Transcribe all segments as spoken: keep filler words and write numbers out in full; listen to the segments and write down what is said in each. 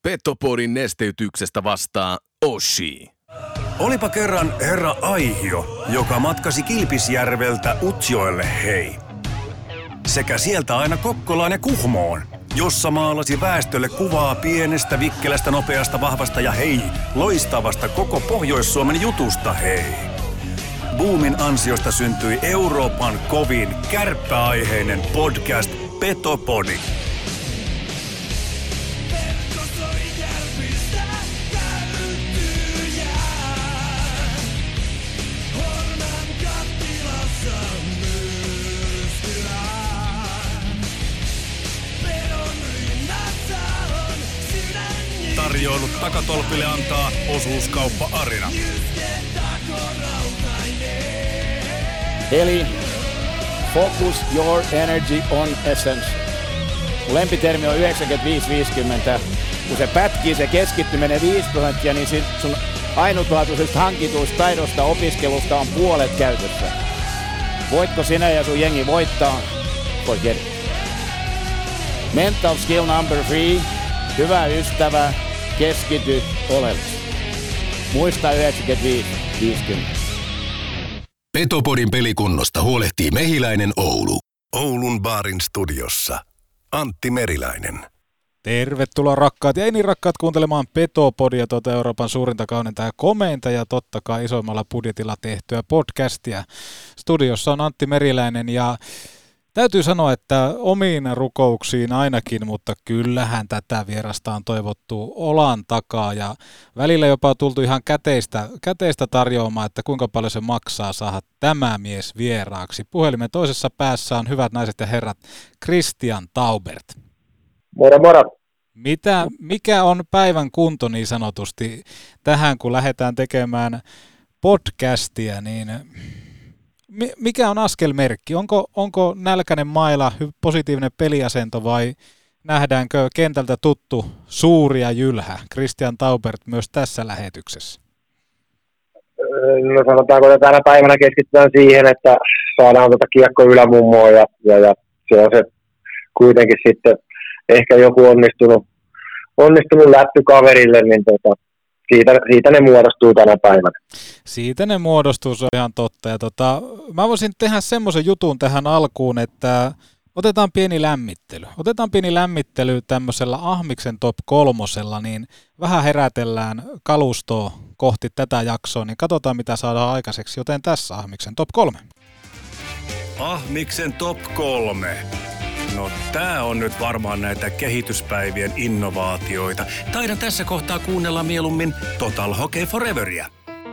Petopodin nesteytyksestä vastaa Oshi. Olipa kerran herra Aihio, joka matkasi Kilpisjärveltä Utsjoelle hei. Sekä sieltä aina Kokkolaan ja Kuhmoon, jossa maalasi väestölle kuvaa pienestä, vikkelästä, nopeasta, vahvasta ja hei, loistavasta koko Pohjois-Suomen jutusta hei. Boomin ansiosta syntyi Euroopan kovin kärppäaiheinen podcast Petopodi. Tarjoulut takatolpille antaa Osuuskauppa Arina. Eli focus your energy on essence. Mun lempitermi on yhdeksänkymmentäviisi viisikymmentä. Kun se pätkii, se keskittyminen viisi prosenttia, niin sit sun ainutlaatuisesta hankituista taidosta opiskelusta on puolet käytössä. Voitko sinä ja sun jengi voittaa? Forget it. Mental skill number three. Hyvä ystävä, keskity oleellisesti. Muista yhdeksänkymmentäviisi viisikymmentä. Petopodin pelikunnosta huolehtii Mehiläinen Oulu. Oulun baarin studiossa Antti Meriläinen. Tervetuloa rakkaat ja ei niin rakkaat kuuntelemaan Petopodia, tuota Euroopan suurinta, kauneinta ja komeinta ja totta kai isoimmalla budjetilla tehtyä podcastia. Studiossa on Antti Meriläinen ja täytyy sanoa, että omiin rukouksiin ainakin, mutta kyllähän tätä vierasta on toivottu olan takaa ja välillä jopa tultu ihan käteistä, käteistä tarjoamaan, että kuinka paljon se maksaa saada tämä mies vieraaksi. Puhelimen toisessa päässä on, hyvät naiset ja herrat, Christian Taubert. Moro moro. Mitä, mikä on päivän kunto niin sanotusti tähän, kun lähdetään tekemään podcastia, niin mikä on askelmerkki? Onko, onko nälkäinen maila positiivinen peliasento vai nähdäänkö kentältä tuttu suuri ja jylhä Christian Taubert myös tässä lähetyksessä? No sanotaanko, että tänä päivänä keskitytään siihen, että saadaan tuota kiekko ylämummoa ja, ja, ja se on se kuitenkin sitten ehkä joku onnistunut, onnistunut läppy kaverille, niin tota, Siitä, siitä ne muodostuu tänä päivänä. Siitä ne muodostuu, se on ihan totta. Ja tota, mä voisin tehdä semmoisen jutun tähän alkuun, että otetaan pieni lämmittely. Otetaan pieni lämmittely tämmöisellä Ahmiksen top kolmosella, niin vähän herätellään kalustoa kohti tätä jaksoa, niin katsotaan mitä saadaan aikaiseksi. Joten tässä Ahmiksen top kolme. Ahmiksen top kolme. No tää on nyt varmaan näitä kehityspäivien innovaatioita. Taidan tässä kohtaa kuunnella mieluummin Total Hockey Foreveria.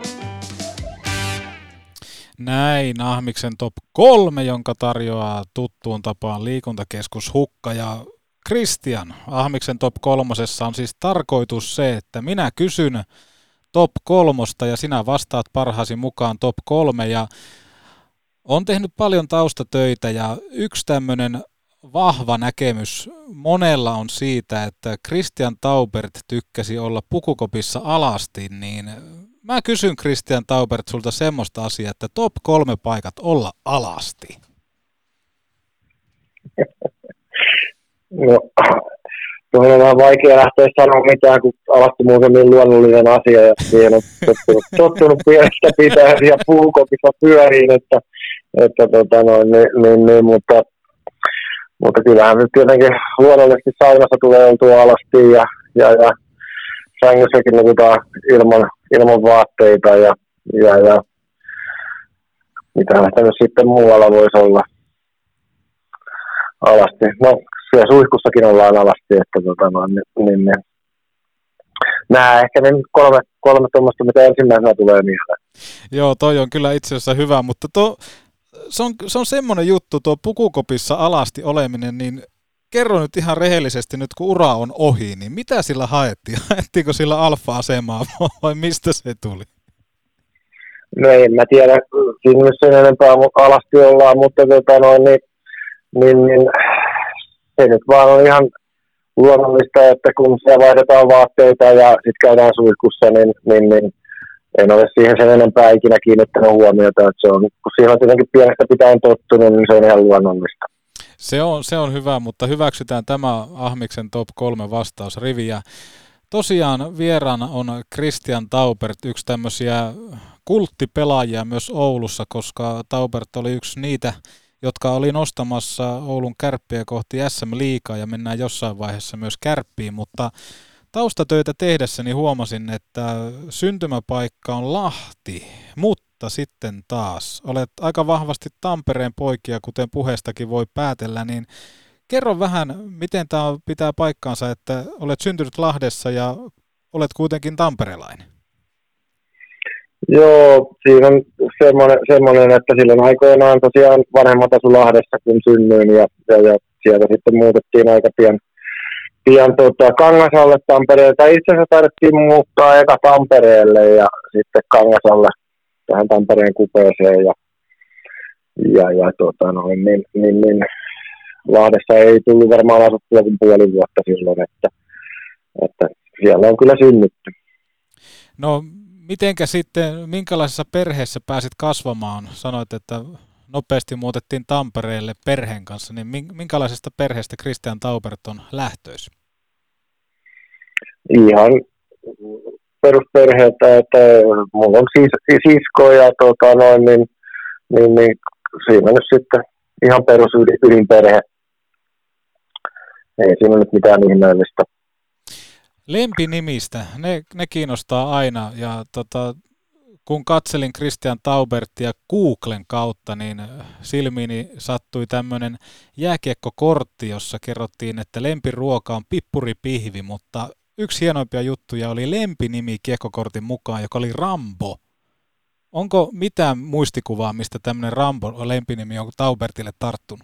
Näin Ahmiksen top kolme, jonka tarjoaa tuttuun tapaan liikuntakeskus Hukka. Ja Christian, Ahmiksen top kolmosessa on siis tarkoitus se, että minä kysyn top kolmosta ja sinä vastaat parhaasi mukaan top kolme. Ja on tehnyt paljon taustatöitä ja yksi tämmöinen vahva näkemys monella on siitä, että Christian Taubert tykkäsi olla pukukopissa alasti, niin mä kysyn Christian Taubert sulta semmoista asiaa, että top kolme paikat olla alasti. No, tuohon on vähän vaikea lähteä sanoa mitään, kun alasti muuten niin luonnollinen asia ja siihen on tottunut, tottunut pienestä pitää ja pukukopissa pyöriin, että, että tota noin, niin, niin, niin, mutta Mutta kyllähän nyt tietenkin luonnollisesti saunassa tulee oltua alasti ja, ja, ja sängyssäkin nukutaan ilman, ilman vaatteita ja, ja, ja mitähän sitä nyt sitten muualla voisi olla alasti. No siellä suihkussakin ollaan alasti, että tota, no, niin, niin, niin. Nämä ehkä ne kolme, kolme tuommoista, mitä ensimmäisenä tulee mieleen. Joo, toi on kyllä itse asiassa hyvä, mutta to... Se on, se on semmoinen juttu, tuo pukukopissa alasti oleminen, niin kerro nyt ihan rehellisesti nyt, kun ura on ohi, niin mitä sillä haettiin? Haettiinko sillä alfa-asemaa vai mistä se tuli? No en mä tiedä, siinä nyt sen enempää alasti ollaan, mutta tota noin, niin, niin, niin, se nyt vaan on ihan luonnollista, että kun siellä vaihdetaan vaatteita ja sitten käydään suihkussa, niin, niin, niin en ole siihen sen enempää ikinä kiinnittänyt huomiota, että se on, kun siihen on tietenkin pienestä pitäen tottunut, niin se on ihan luonnollista. Se on, se on hyvä, mutta hyväksytään tämä Ahmiksen top kolme vastausrivi. Ja Tosiaan vieraana on Christian Taubert, yksi tämmöisiä kulttipelaajia myös Oulussa, koska Taubert oli yksi niitä, jotka oli nostamassa Oulun Kärppiä kohti S M-liigaa ja mennään jossain vaiheessa myös Kärppiin, mutta taustatöitä tehdessäni huomasin, että syntymäpaikka on Lahti, mutta sitten taas olet aika vahvasti Tampereen poikia, kuten puheestakin voi päätellä, niin kerro vähän, miten tämä pitää paikkaansa, että olet syntynyt Lahdessa ja olet kuitenkin tamperelainen. Joo, siinä on semmoinen, semmoinen että silloin aikoinaan tosiaan vanhemmat asu Lahdessa, kun synnyin, ja, ja, ja sieltä sitten muutettiin aika pian, pian tota, Kangasalle Tampereelle, tai itse asiassa taidettiin muuttaa eka Tampereelle ja sitten Kangasalle tähän Tampereen kupeeseen, ja, ja, ja tota, noin, niin, niin, niin, Lahdessa ei tullut varmaan asuttua kuin puoli vuotta silloin, että, että siellä on kyllä synnytty. No, mitenkä sitten, minkälaisessa perheessä pääsit kasvamaan? Sanoit, että nopeasti muutettiin Tampereelle perheen kanssa, niin minkälaisesta perheestä Christian Taubert on lähtöisin? Ihan perusperheeltä, että mulla on sis, sisko ja tota noin, niin, niin, niin siinä on nyt sitten ihan perus ydinperhe. Ei siinä nyt mitään ihmeellistä. Lempinimistä, ne, ne kiinnostaa aina, ja tota, kun katselin Christian Taubertia Googlen kautta, niin silmiini sattui tämmöinen jääkiekkokortti, jossa kerrottiin, että lempiruoka on pippuripihvi, mutta yksi hienoimpia juttuja oli lempinimi kiekkokortin mukaan, joka oli Rambo. Onko mitään muistikuvaa, mistä tämmöinen Rambo-lempinimi on Taubertille tarttunut?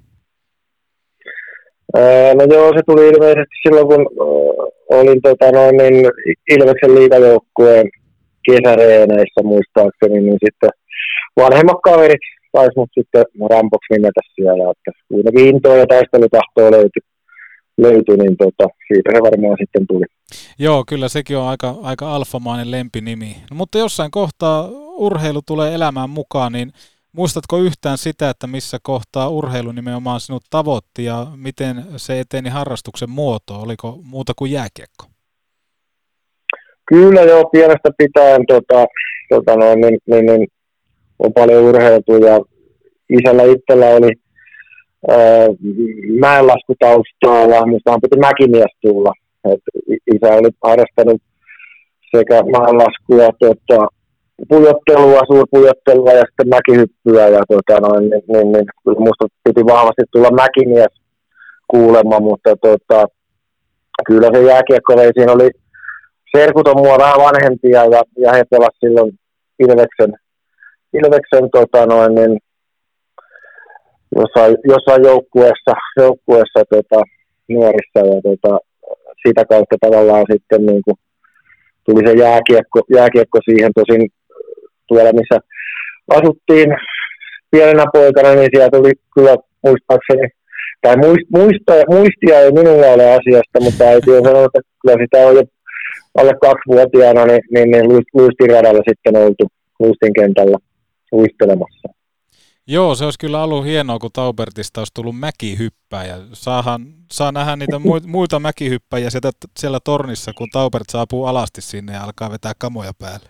No joo, se tuli ilmeisesti silloin, kun olin tota, noin, niin Ilveksen liigajoukkueen kesäreeneissä muistaakseni, niin sitten vanhemmat kaverit taisi mut sitten Ramboksi nimetä siellä, että kuitenkin intoa ja taistelutahtoa löytyi, löytyi niin tota, siitä se varmaan sitten tuli. Joo, kyllä sekin on aika, aika alfamainen lempinimi. No, mutta jossain kohtaa urheilu tulee elämään mukaan, niin muistatko yhtään sitä, että missä kohtaa urheilu nimenomaan sinut tavoitti ja miten se eteni harrastuksen muoto? Oliko muuta kuin jääkiekko? Kyllä joo, pienestä pitäen tota, tota noin, niin, niin, niin, on paljon urheiltu ja isällä itsellä oli ää, mäenlaskutaustaa ja minustahan piti mäkimies tulla. Et isä oli harrastanut sekä mäenlaskua, tota, pujottelua, suurpujottelua ja sitten mäkihyppyä ja tota noin, niin, niin, niin musta piti vahvasti tulla mäkimies kuulemma, mutta tota, kyllä se jääkiekko vei, siinä oli serkut on mua vähän vanhempia ja, ja he pelasivat silloin Ilveksen, Ilveksen tota noin, niin jossain, jossain joukkueessa, joukkueessa tota, nuorissa ja tota, sitä kautta tavallaan sitten niin kuin tuli se jääkiekko, jääkiekko siihen, tosin tuolla missä asuttiin pienenä poikana, niin sieltä tuli kyllä muistaakseni, tai muista, muistia ei minulla ole asiasta, mutta äiti on sanonut, että kyllä sitä on jo alle kaksivuotiaana, niin, niin, niin luistin radalla sitten oltu luistin kentällä luistelemassa. Joo, se olisi kyllä ollut hienoa, kun Taubertista olisi tullut mäkihyppäjä. Saahan, saa nähdä niitä muita mäkihyppäjiä sieltä, siellä tornissa, kun Taubert saapuu alasti sinne ja alkaa vetää kamoja päälle.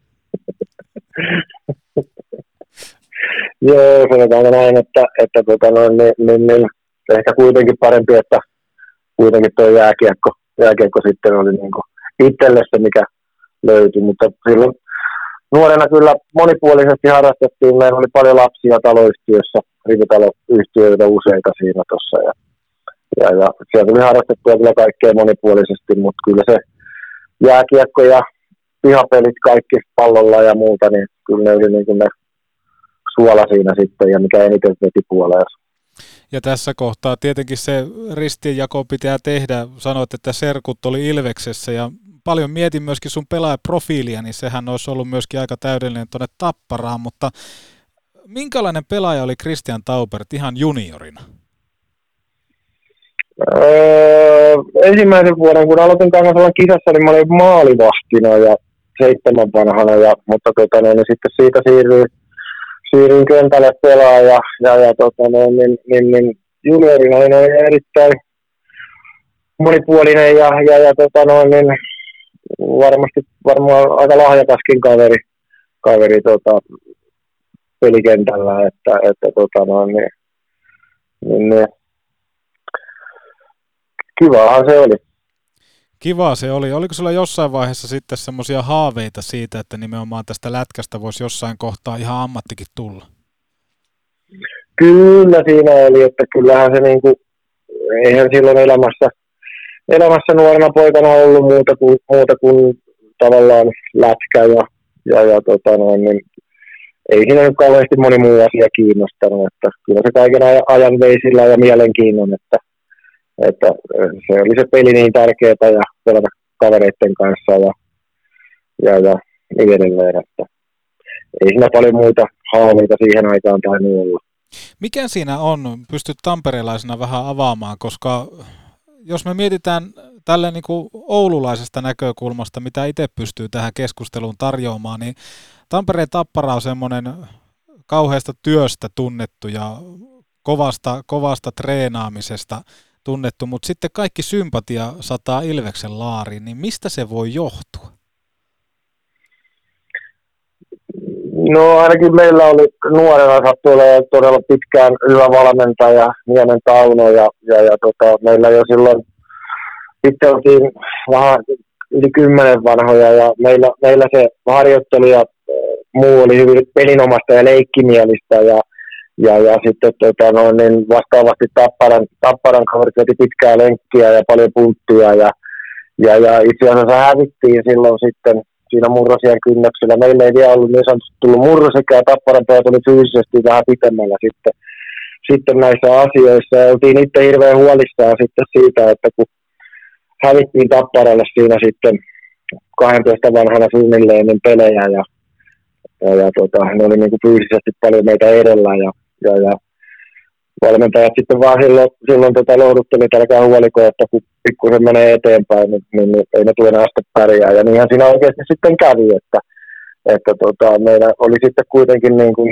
Joo, sanotaan näin, että, että tota noin, niin, niin, niin, ehkä kuitenkin parempi, että kuitenkin tuo jääkiekko, jääkiekko sitten oli niin kuin itselle se, mikä löytyi, mutta silloin nuorena kyllä monipuolisesti harrastettiin. Meillä oli paljon lapsia taloyhtiössä, rivitaloyhtiöitä useita siinä tuossa. Ja, ja, ja siellä tuli harrastettua kyllä kaikkea monipuolisesti, mutta kyllä se jääkiekko ja pihapelit kaikki pallolla ja muuta, niin kyllä ne oli niin kuin ne suola siinä sitten ja mikä eniten veti puoleensa. Ja tässä kohtaa tietenkin se ristiinjako pitää tehdä. Sanoit, että serkut oli Ilveksessä ja paljon mietin myöskin sun pelaajaprofiilia, niin sehän olisi ollut myöskin aika täydellinen tuonne Tapparaan, mutta minkälainen pelaaja oli Christian Taubert ihan juniorina? Öö, ensimmäisen vuoden, kun aloitin Kangasalan kisassa, niin mä olin maalivahtina ja seitsemän vanhana, ja, mutta tota, niin sitten siitä siirryin, siirryin kentälle pelaaja ja, ja tota, niin, niin, niin, juniorina oli erittäin monipuolinen ja, ja, ja tota, niin, varmasti varmaan aika lahjakaskin kaveri, kaveri tota, pelikentällä, että, että tota, no, niin, niin, niin. Kivahan se oli. Kiva se oli. Oliko sulla jossain vaiheessa sitten semmoisia haaveita siitä, että nimenomaan tästä lätkästä voisi jossain kohtaa ihan ammattikin tulla? Kyllä siinä oli, että kyllähän se niinku, eihän silloin elämässä, elämässä nuorena poikana ollut muuta kuin, muuta kuin tavallaan lätkä ja, ja, ja tota noin, niin ei siinä nyt kauheasti moni muu asia kiinnostanut, että kyllä se kaiken ajan vei sillä ja mielenkiinnon, että, että se oli se peli niin tärkeää ja pelata kavereiden kanssa ja, ja, ja niin edelleen, että ei siinä paljon muita haaveita siihen aikaan tainnut olla. Mikä siinä on? Pystyt tamperelaisena vähän avaamaan, koska jos me mietitään tälle niin kuin oululaisesta näkökulmasta, mitä itse pystyy tähän keskusteluun tarjoamaan, niin Tampereen Tappara on semmoinen kauheasta työstä tunnettu ja kovasta, kovasta treenaamisesta tunnettu, mutta sitten kaikki sympatia sataa Ilveksen laariin, niin mistä se voi johtua? No ainakin meillä oli nuorena sattui olemaan todella pitkään hyvä valmentaja Niemen Tauno ja, ja, ja tota, meillä jo silloin sitten oltiin vähän yli kymmenen vanhoja ja meillä, meillä se harjoittelu ja muu oli hyvin pelinomasta ja leikkimielistä ja, ja, ja sitten tota, no, niin vastaavasti Tapparan, Tapparan kaverit veti pitkää lenkkiä ja paljon punttia ja, ja, ja itse asiassa hävittiin silloin sitten siinä murrosien kynnyksellä. Meillä ei vielä ollut niin sanotusti tullut murrosikään ja Tapparan pojat oli fyysisesti vähän pitemmällä sitten, sitten näissä asioissa ja oltiin itse hirveän huolissaan sitten siitä, että kun hävittiin Tapparalle siinä sitten kaksitoista vanhana suunnilleen niin pelejä ja, ja, ja tota, ne oli niin kuin fyysisesti paljon meitä edellä ja, ja, ja valmentajat sitten vaan silloin, silloin tota lohdutteli, että älkää huoliko, että kun pikkusen menee eteenpäin, niin, niin, niin ei ne tule enää sitten pärjää. Ja niinhän siinä oikeasti sitten kävi, että, että tota, meillä oli sitten kuitenkin niin, kuin,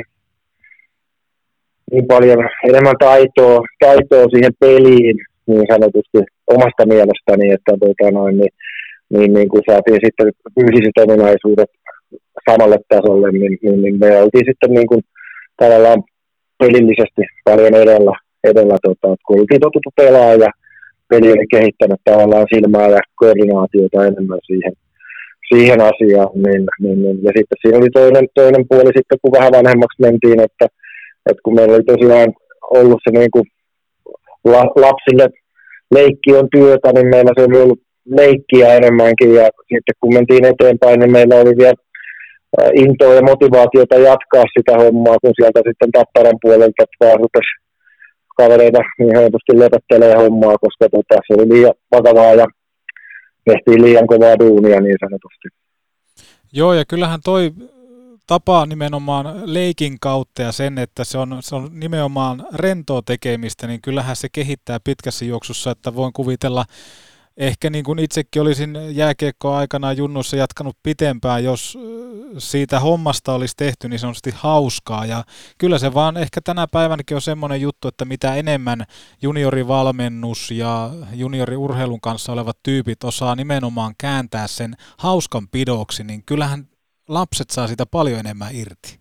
niin paljon enemmän taitoa, taitoa siihen peliin, niin sanotusti omasta mielestäni, että tota, noin, niin, niin, niin kun saatiin sitten fyysiset ominaisuudet samalle tasolle, niin, niin, niin me oltiin sitten niin kuin tavallaan pelillisesti paljon edellä, edellä tota, kun oltiin totuttu pelaa ja peli oli kehittänyt tavallaan silmää ja koordinaatiota enemmän siihen, siihen asiaan, niin, niin, niin, ja sitten siinä oli toinen, toinen puoli sitten, kun vähän vanhemmaksi mentiin, että, että kun meillä oli tosiaan ollut se niin kuin la, lapsille leikki on työtä, niin meillä se oli ollut leikkiä enemmänkin, ja sitten kun mentiin eteenpäin, niin meillä oli vielä intoa ja motivaatiota jatkaa sitä hommaa, kun sieltä sitten Tapparan puolelta vaan rupesi kavereita niin helposti löpöttelee hommaa, koska tota, se oli liian vakavaa ja tehtiin liian kovaa duunia niin sanotusti. Joo, ja kyllähän toi tapa nimenomaan leikin kautta ja sen, että se on, se on nimenomaan rentoa tekemistä, niin kyllähän se kehittää pitkässä juoksussa, että voin kuvitella, ehkä niin kuin itsekin olisin jääkiekkoa aikana junnuissa jatkanut pitempään, jos siitä hommasta olisi tehty niin sanotusti hauskaa. Ja kyllä se vaan ehkä tänä päivänäkin on semmoinen juttu, että mitä enemmän juniorivalmennus ja junioriurheilun kanssa olevat tyypit osaa nimenomaan kääntää sen hauskan pidoksi, niin kyllähän lapset saa sitä paljon enemmän irti.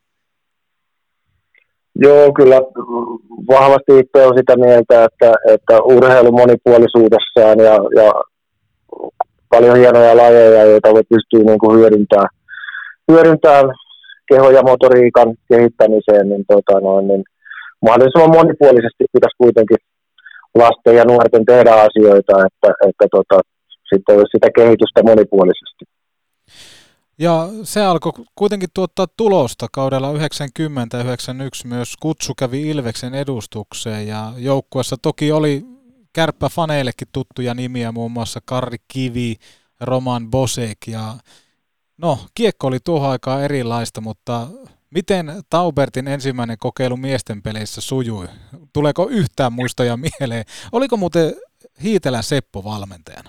Joo, kyllä vahvasti itse olen sitä mieltä, että, että urheilu monipuolisuudessaan ja, ja paljon hienoja lajeja, joita voi pystyä niin kuin hyödyntämään, hyödyntämään keho- ja motoriikan kehittämiseen, niin, tota noin, niin mahdollisimman monipuolisesti pitäisi kuitenkin lasten ja nuorten tehdä asioita, että, että tota, sitten olisi sitä kehitystä monipuolisesti. Ja se alkoi kuitenkin tuottaa tulosta kaudella yhdeksänkymmentä yhdeksänkymmentäyksi myös kutsu kävi Ilveksen edustukseen ja joukkueessa toki oli kärppäfaneillekin tuttuja nimiä, muun muassa Karri Kivi, Roman Bosek ja no kiekko oli tuohon aikaan erilaista, mutta miten Taubertin ensimmäinen kokeilu miesten peleissä sujui? Tuleeko yhtään muistoja mieleen? Oliko muuten Hiitelän Seppo valmentajana?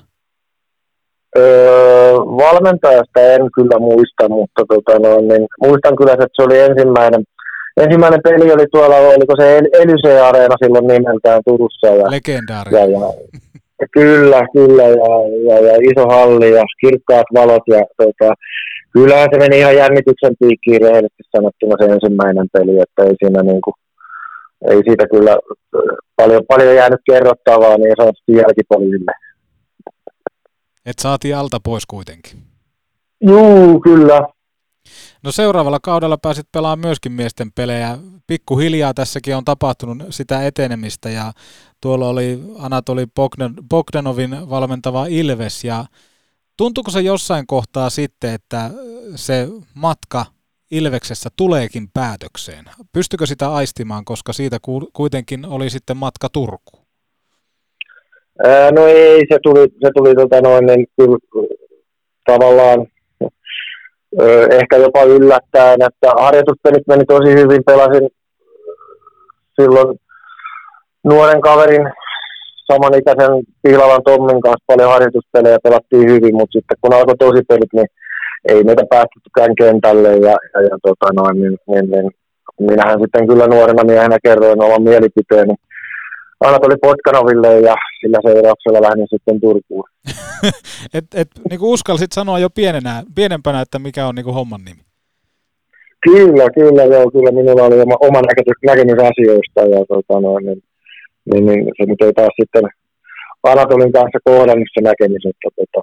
Öö, valmentajasta en kyllä muista, mutta tota no, niin muistan kyllä, että se oli ensimmäinen, ensimmäinen peli oli tuolla, oliko se Elysee-areena silloin nimeltään Turussa. Ja, legendaarinen. Ja, ja, Kyllä, kyllä, ja, ja, ja iso halli ja kirkkaat valot, ja tota, kyllähän se meni ihan jännityksen piikkiin rehellisesti sanottuna se ensimmäinen peli, että ei siinä niinku, ei siitä kyllä paljon, paljon jäänyt kerrottavaa, niin sanotusti jälkipoliisille. Et saatiin alta pois kuitenkin. Juu, kyllä. No seuraavalla kaudella pääsit pelaamaan myöskin miesten pelejä. Pikkuhiljaa tässäkin on tapahtunut sitä etenemistä ja tuolla oli Anatoli Bogdanovin valmentava Ilves ja tuntuuko se jossain kohtaa sitten, että se matka Ilveksessä tuleekin päätökseen? Pystykö sitä aistimaan, koska siitä kuitenkin oli sitten matka Turkuun? Ää, no ei, se tuli, se tuli tota noin, niin kyllä tavallaan ö, ehkä jopa yllättäen, että harjoituspelit meni tosi hyvin, pelasin silloin nuoren kaverin samanikäisen Pihlavan Tommin kanssa paljon harjoituspelejä, pelattiin hyvin, mutta sitten kun alkoi tosipelit, niin ei meitä päästetykään kentälle ja, ja, ja tota noin, niin, niin, niin, minähän sitten kyllä nuorena miehenä kerroin oman mielipiteeni Anatoli Bogdanoville ja sillä seurauksella lähdin sitten Turkuun. et, et niin kuin uskalsit sanoa jo pienenä, pienempänä, että mikä on niin kuin homman nimi? Kyllä, kyllä, joo, kyllä minulla oli oma, oma näkemys, näkemys asioista ja tota noin, niin, niin, niin, se nyt ei taas sitten Anatolin kanssa kohdannut se näkemys, että tota,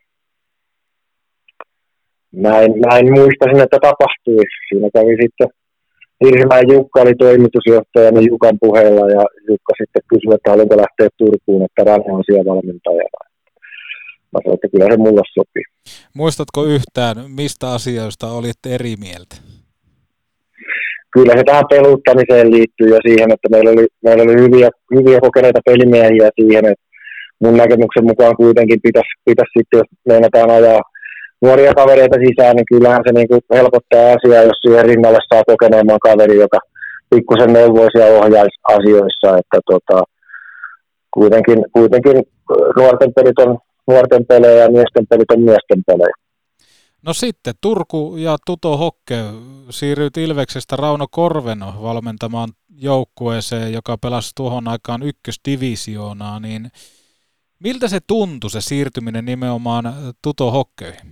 näin, näin muistasin, että tapahtui. Siinä kävi sitten Hirsimäen Jukka oli toimitusjohtaja niin Jukan puheella ja Jukka sitten kysyi, että haluanko lähteä Turkuun, että Rane on siellä valmentajana. Mä sanoin, että kyllä se mulle sopii. Muistatko yhtään, mistä asioista olitte eri mieltä? Kyllä se tähän peluuttamiseen liittyy ja siihen, että meillä oli, meillä oli hyviä, hyviä kokeneita pelimiehiä siihen, että mun näkemyksen mukaan kuitenkin pitäisi, pitäisi sitten, jos meinataan ajaa nuoria kavereita sisään, niin kyllähän se niinku helpottaa asiaa, jos siihen rinnalle saa kokeneemman kaveri, joka pikkusen neuvoisi ja ohjaisi asioissa, että tota, kuitenkin, kuitenkin nuorten pelit on nuorten pelejä ja miesten pelit on miesten pelejä. No sitten Turku ja Tuto Hokke siirryt Ilveksestä Rauno Korveno valmentamaan joukkueeseen, joka pelasi tuohon aikaan ykkösdivisioonaa, niin miltä se tuntui se siirtyminen nimenomaan Tuto Hokkeihin?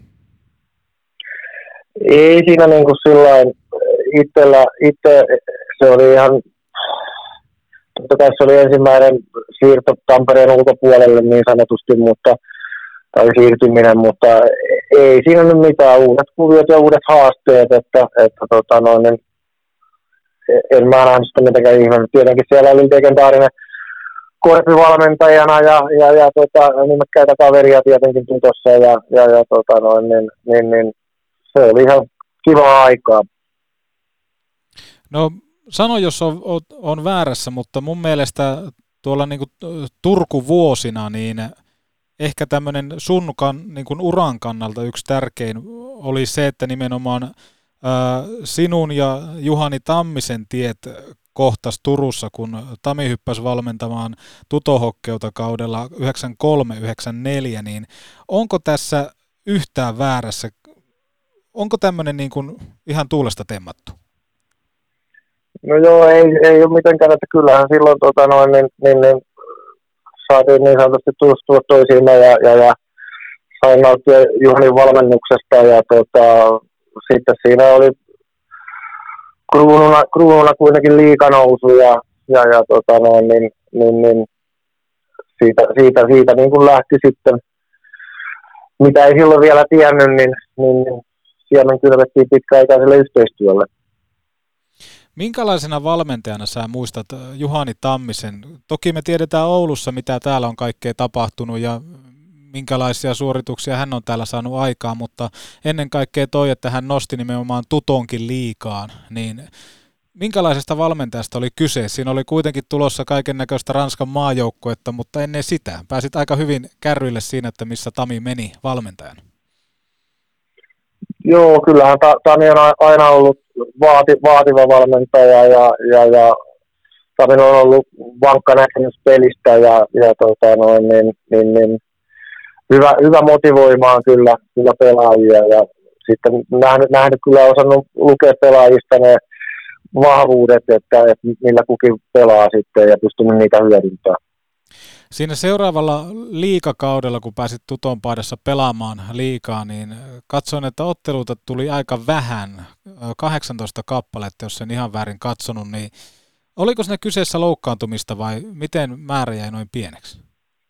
Ei siinä niin kuin sillain itsellä, itse se oli ihan, totta kai se oli ensimmäinen siirto Tampereen ulkopuolelle niin sanotusti, mutta, tai siirtyminen, mutta ei siinä nyt mitään, uudet kuviot ja uudet haasteet, että, että tota noin, en, en mä nähnyt sitä mitenkään ihmeellistä. Tietenkin siellä oli legendaarinen korpivalmentajana ja, ja, ja tota, nimekkäitä kaveria tietenkin Tutossa ja, ja, ja tota noin, niin, niin, niin se oli ihan kivaa aikaa. No sano, jos on, on, on väärässä, mutta mun mielestä tuolla niin kuin Turku-vuosina niin ehkä tämmöinen sun kan, niin kuin uran kannalta yksi tärkein oli se, että nimenomaan ää, sinun ja Juhani Tammisen tiet kohtas Turussa, kun Tami hyppäsi valmentamaan Tuto Hokkeuta kaudella yhdeksänkymmentäkolme yhdeksänkymmentäneljä, niin onko tässä yhtään väärässä? Onko tämmöinen niin kuin ihan tuulesta temmattu? No joo, ei, ei ole mitenkään, että kyllähän silloin tota noin, niin, niin, niin, saatiin niin sanotusti tutustua toisiimme ja, ja, ja sain nauttia Juhanin valmennuksesta ja tota, sitten siinä oli kruununa, kruununa kuitenkin liiganousu ja, ja, ja tota noin, niin, niin, niin, siitä, siitä, siitä niin kuin lähti sitten, mitä ei silloin vielä tiennyt, niin, niin, niin siemen kylvettiin pitkäaikaiselle yhteistyölle. Minkälaisena valmentajana sä muistat Juhani Tammisen? Toki me tiedetään Oulussa, mitä täällä on kaikkea tapahtunut ja minkälaisia suorituksia hän on täällä saanut aikaan, mutta ennen kaikkea toi, että hän nosti nimenomaan Tutonkin liigaan, niin minkälaisesta valmentajasta oli kyse? Siinä oli kuitenkin tulossa kaiken näköistä Ranskan maajoukkuetta, mutta ennen sitä pääsit aika hyvin kärryille siinä, että missä Tami meni valmentajana. Joo, kyllähän Tami on aina ollut vaati, vaativa valmentaja ja, ja, ja Tami on ollut vankka näkemys pelistä ja, ja tota noin, niin, niin, niin, hyvä, hyvä motivoimaan kyllä, kyllä pelaajia ja sitten nähnyt, nähnyt kyllä osannut lukea pelaajista ne vahvuudet, että, että millä kukin pelaa sitten ja pystynyt niitä hyödyntämään. Siinä seuraavalla liigakaudella, kun pääsit Tuton paidassa pelaamaan liigaa, niin katsoin, että otteluita tuli aika vähän, kahdeksantoista kappaletta, jos en ihan väärin katsonut, niin oliko siinä kyseessä loukkaantumista vai miten määrä jäi noin pieneksi?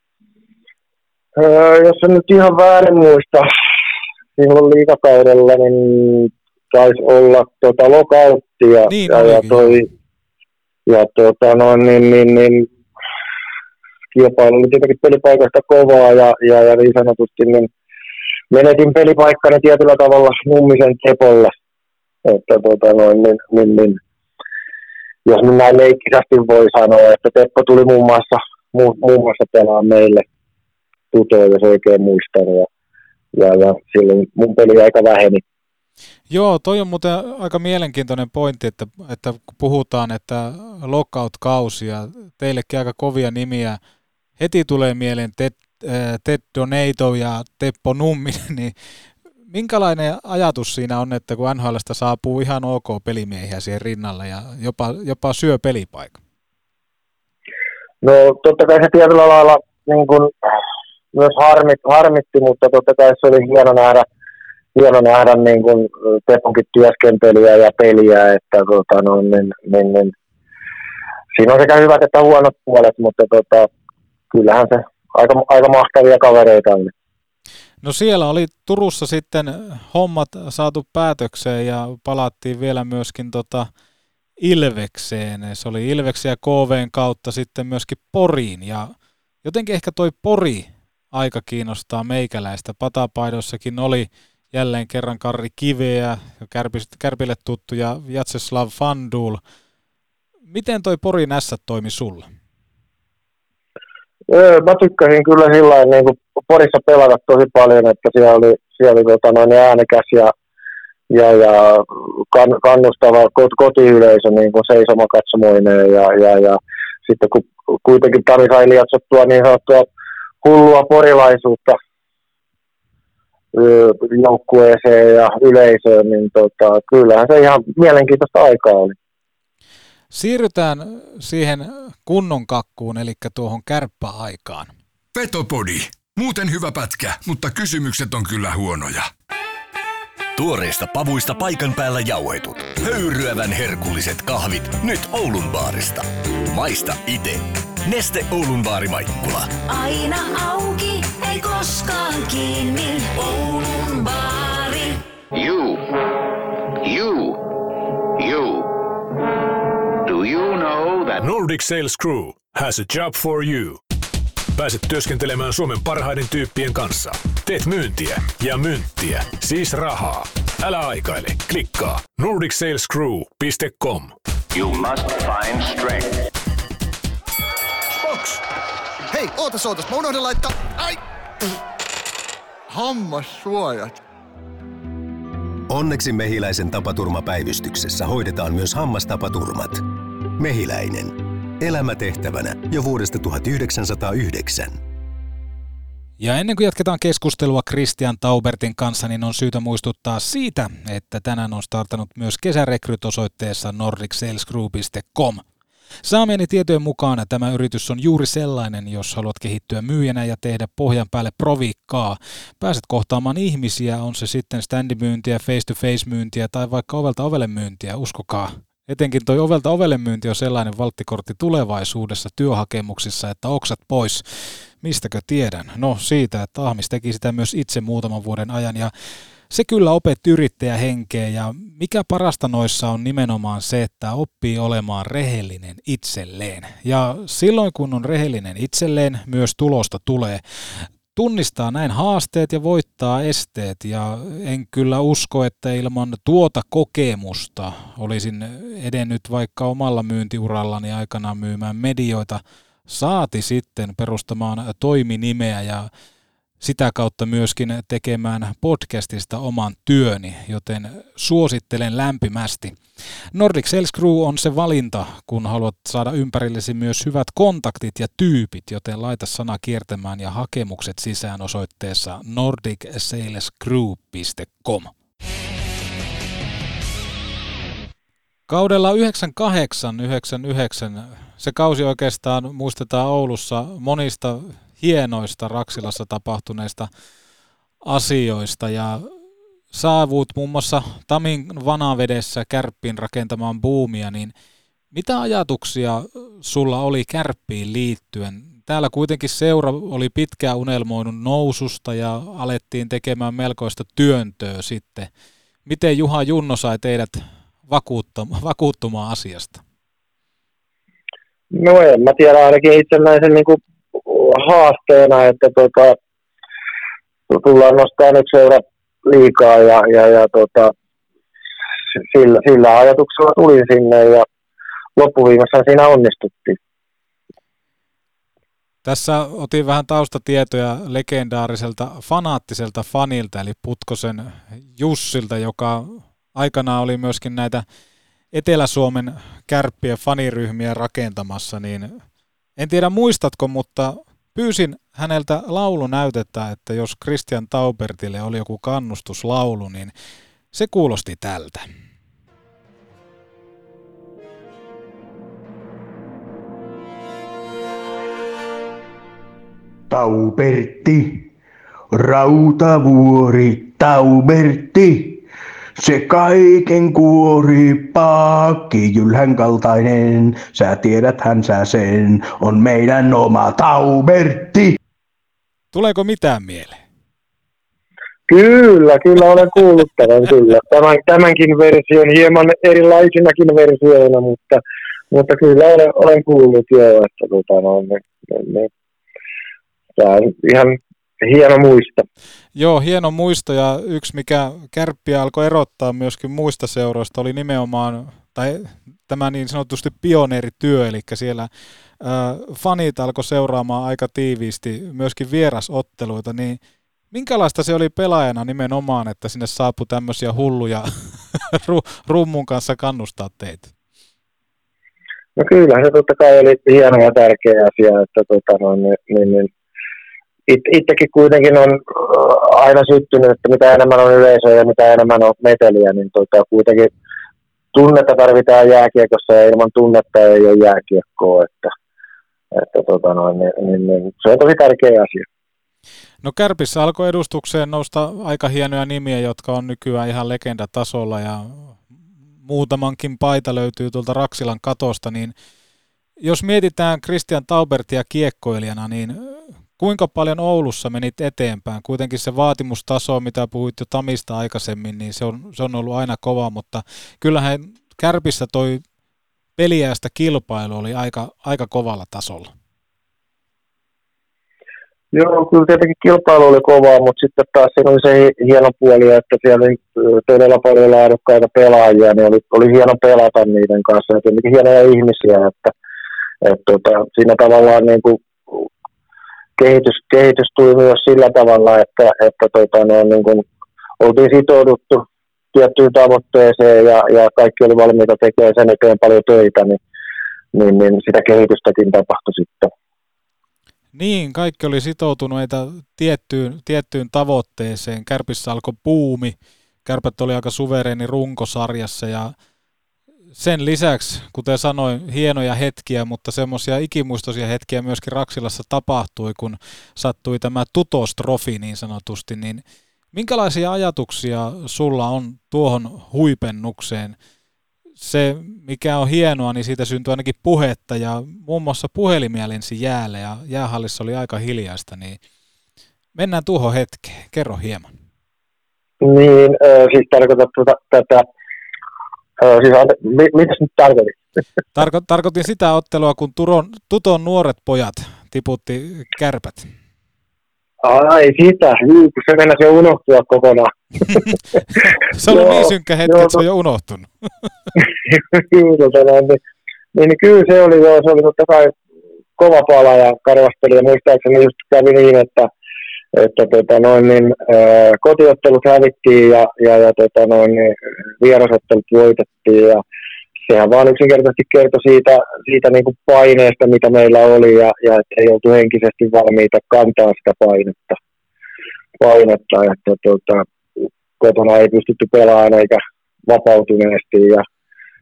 Öö, jos en nyt ihan väärin muista, silloin liigakaudella, niin taisi olla tota lokauttia niin, ja, ja, toi, ja tota, no, niin, niin, niin, kilpailu oli tietenkin pelipaikasta kovaa ja, ja, ja niin sanotusti niin menetin pelipaikkani tietyllä tavalla Nummisen Tepolle. Että, tota, no, niin, niin, niin, jos nyt näin leikkisästi voi sanoa, että Teppo tuli muun muassa, mu, muun muassa pelaa meille Tutoon, jos oikein muistan. Ja, ja, ja silloin mun peli aika väheni. Joo, toi on muuten aika mielenkiintoinen pointti, että, että kun puhutaan, että lockout-kausi ja teillekin aika kovia nimiä, heti tulee mieleen Ted, Ted Donato ja Teppo Numminen, niin minkälainen ajatus siinä on, että kun N H L:stä saapuu ihan ok pelimiehiä siihen rinnalle ja jopa, jopa syö pelipaikan? No totta kai se tietyllä lailla niin kuin myös harmit, harmitti, mutta totta kai se oli hieno nähdä, hieno nähdä niin kuin Teponkin työskentelyä ja peliä, että tota, no, niin, niin, niin. Siinä on sekä hyvät että huonot puolet, mutta tota, kyllähän se aika, aika mahtavia kavereita on. No siellä oli Turussa sitten hommat saatu päätökseen ja palattiin vielä myöskin tota Ilvekseen. Se oli Ilveksen ja K V:n kautta sitten myöskin Poriin ja jotenkin ehkä toi Pori aika kiinnostaa meikäläistä. Patapaidoissakin oli jälleen kerran Karri Kiveä, Kärpille tuttu ja Vjatseslav Fandul. Miten toi Porin ässät toimi sulle? Mä tykkäsin kyllä sillä niin kuin Porissa pelata tosi paljon, että siellä oli, siellä oli tota, noin äänekäs ja, ja, ja kan, kannustava kot, kotiyleisö niin kuin seisomakatsomoineen ja, ja, ja sitten kun kuitenkin Tami sai lietsottua niin sanottua hullua porilaisuutta joukkueeseen ja yleisöön, niin tota, kyllähän se ihan mielenkiintoista aikaa oli. Siirrytään siihen kunnon kakkuun, eli tuohon kärppäaikaan. Petopodi. Muuten hyvä pätkä, mutta kysymykset on kyllä huonoja. Tuoreista pavuista paikan päällä jauhetut. Höyryävän herkulliset kahvit nyt Oulun baarista. Maista ite. Neste Oulun baari Maikkula. Aina auki, ei koskaan kiinni. Oulun baari. You. You. You. Do you know that Nordic Sales Crew has a job for you. Pääset työskentelemään Suomen parhaiden tyyppien kanssa. Teet myyntiä ja myyntiä, siis rahaa. Älä aikaile, klikkaa nordic sales crew piste com. you must find strength? Box! Hei, ootas ootas, mä unohdin laittaa... Ai! Hammassuojat. Onneksi Mehiläisen tapaturmapäivystyksessä hoidetaan myös hammastapaturmat. Mehiläinen. Elämä tehtävänä jo vuodesta tuhatyhdeksänsataayhdeksän. Ja ennen kuin jatketaan keskustelua Christian Taubertin kanssa, niin on syytä muistuttaa siitä, että tänään on startanut myös kesärekryt osoitteessa nordic sales crew piste com. Saamieni tietojen mukaan tämä yritys on juuri sellainen, jos haluat kehittyä myyjänä ja tehdä pohjan päälle proviikkaa. Pääset kohtaamaan ihmisiä, on se sitten standimyyntiä, face-to-face myyntiä tai vaikka ovelta ovelle myyntiä, uskokaa. Etenkin toi ovelta ovelle myynti on sellainen valttikortti tulevaisuudessa työhakemuksissa, että oksat pois. Mistäkö tiedän? No siitä, että Ahmis teki sitä myös itse muutaman vuoden ajan ja se kyllä opetti yrittäjähenkeä ja mikä parasta noissa on nimenomaan se, että oppii olemaan rehellinen itselleen. Ja silloin kun on rehellinen itselleen, myös tulosta tulee. Tunnistaa näin haasteet ja voittaa esteet ja en kyllä usko, että ilman tuota kokemusta olisin edennyt vaikka omalla myyntiurallani aikanaan myymään medioita, saati sitten perustamaan toiminimeä ja sitä kautta myöskin tekemään podcastista oman työni, joten suosittelen lämpimästi. Nordic Sales Crew on se valinta, kun haluat saada ympärillesi myös hyvät kontaktit ja tyypit, joten laita sana kiertämään ja hakemukset sisään osoitteessa nordic sales crew piste com. Kaudella yhdeksänkymmentäkahdeksan yhdeksänkymmentäyhdeksän se kausi oikeastaan muistetaan Oulussa monista hienoista Raksilassa tapahtuneista asioista ja saavuit muun muassa Tamin Vanavedessä Kärppiin rakentamaan buumia, niin mitä ajatuksia sulla oli Kärppiin liittyen? Täällä kuitenkin seura oli pitkään unelmoinut noususta ja alettiin tekemään melkoista työntöä sitten. Miten Juha Junno sai teidät vakuuttumaan asiasta? No en mä tiedä, ainakin itse näin sen niinku haasteena, että tota, tullaan nostaa nyt seura liikaa ja, ja, ja tota, sillä, sillä ajatuksella tulin sinne ja loppuviimassa siinä onnistuttiin. Tässä otin vähän taustatietoja legendaariselta fanaattiselta fanilta, eli Putkosen Jussilta, joka aikanaan oli myöskin näitä Etelä-Suomen Kärppien faniryhmiä rakentamassa, niin en tiedä muistatko, mutta pyysin häneltä laulunäytettä, että jos Christian Taubertille oli joku kannustuslaulu, niin se kuulosti tältä. Taubertti, rautavuori, Taubertti, se kaiken kuori paakki, jylhän kaltainen, sä tiedäthän sä sen, on meidän oma Taubertti. Tuleeko mitään mieleen? Kyllä, kyllä olen kuullut tämän kyllä. Tämän, tämänkin version, hieman erilaisinakin versioina, mutta, mutta kyllä olen, olen kuullut jo, että tota, no, ne, ne, tämä on ihan hieno muisto. Joo, hieno muisto ja yksi mikä Kärppiä alkoi erottaa myöskin muista seuroista oli nimenomaan, tai tämä niin sanotusti pioneerityö, eli siellä ää, fanit alkoi seuraamaan aika tiiviisti myöskin vierasotteluita, niin minkälaista se oli pelaajana nimenomaan, että sinne saapui tämmöisiä hulluja rummun kanssa kannustaa teitä? No kyllähän se totta kai oli hieno ja tärkeä asia, että tota, no, niin, niin, niin It, itsekin kuitenkin on aina syttynyt, että mitä enemmän on yleisöä ja mitä enemmän on meteliä, niin tota, kuitenkin tunnetta tarvitaan jääkiekossa ja ilman tunnetta ei ole jääkiekkoa, että, että tota, no, niin, niin, niin, se on tosi tärkeä asia. No Kärpissä alkoi edustukseen nousta aika hienoja nimiä, jotka on nykyään ihan legendatasolla ja muutamankin paita löytyy tuolta Raksilan katosta, niin jos mietitään Christian Taubertia kiekkoilijana, niin kuinka paljon Oulussa menit eteenpäin? Kuitenkin se vaatimustaso, mitä puhuit jo Tamista aikaisemmin, niin se on, se on ollut aina kova, mutta kyllähän Kärpissä toi peliäistä kilpailu oli aika, aika kovalla tasolla. Joo, kyllä tietenkin kilpailu oli kovaa, mutta sitten taas siinä oli se hieno puoli, että siellä oli todella paljon laadukkaita pelaajia, niin oli, oli hieno pelata niiden kanssa, ja tietenkin hienoja ihmisiä, että, että, että siinä tavallaan niin kuin Kehitys, kehitys tuli myös sillä tavalla, että, että tota, no, niin kuin oltiin sitouduttu tiettyyn tavoitteeseen ja, ja kaikki oli valmiita tekemään sen eteen paljon töitä, niin, niin, niin sitä kehitystäkin tapahtui sitten. Niin, kaikki oli sitoutuneita tiettyyn, tiettyyn tavoitteeseen. Kärpissä alkoi buumi. Kärpät oli aika suvereeni runkosarjassa ja sen lisäksi, kuten sanoin, hienoja hetkiä, mutta semmoisia ikimuistoisia hetkiä myöskin Raksilassa tapahtui, kun sattui tämä tutostrofi niin sanotusti, niin minkälaisia ajatuksia sulla on tuohon huipennukseen? Se, mikä on hienoa, niin siitä syntyi ainakin puhetta ja muun muassa puhelimia lensi jäälle ja jäähallissa oli aika hiljaista, niin mennään tuohon hetkeen. Kerro hieman. Niin, äh, siis tarkoitat tuota, tätä Siis, mitä nyt tarkoitin? Tarko, tarkoitin sitä ottelua, kun Turon, Tuton nuoret pojat tiputti Kärpät. Ai sitä, se mennäisi jo unohtua kokonaan. Se oli niin synkkä hetki, joo, että se on jo unohtunut. Kyllä, niin, niin kyllä se oli, joo, se oli totta kai kova pala ja karvasteli, ja muistaakseni just kävi niin, että että tota noin niin ää, kotiottelut hävittiin ja ja, ja tota noin niin, vierasottelut voitettiin ja sehän vaan yksinkertaisesti kertoi siitä siitä niin kuin paineesta mitä meillä oli ja ja että ei oltu henkisesti valmiita kantaa sitä painetta painetta että tota kotona ei pystytty pelaamaan eikä vapautuneesti ja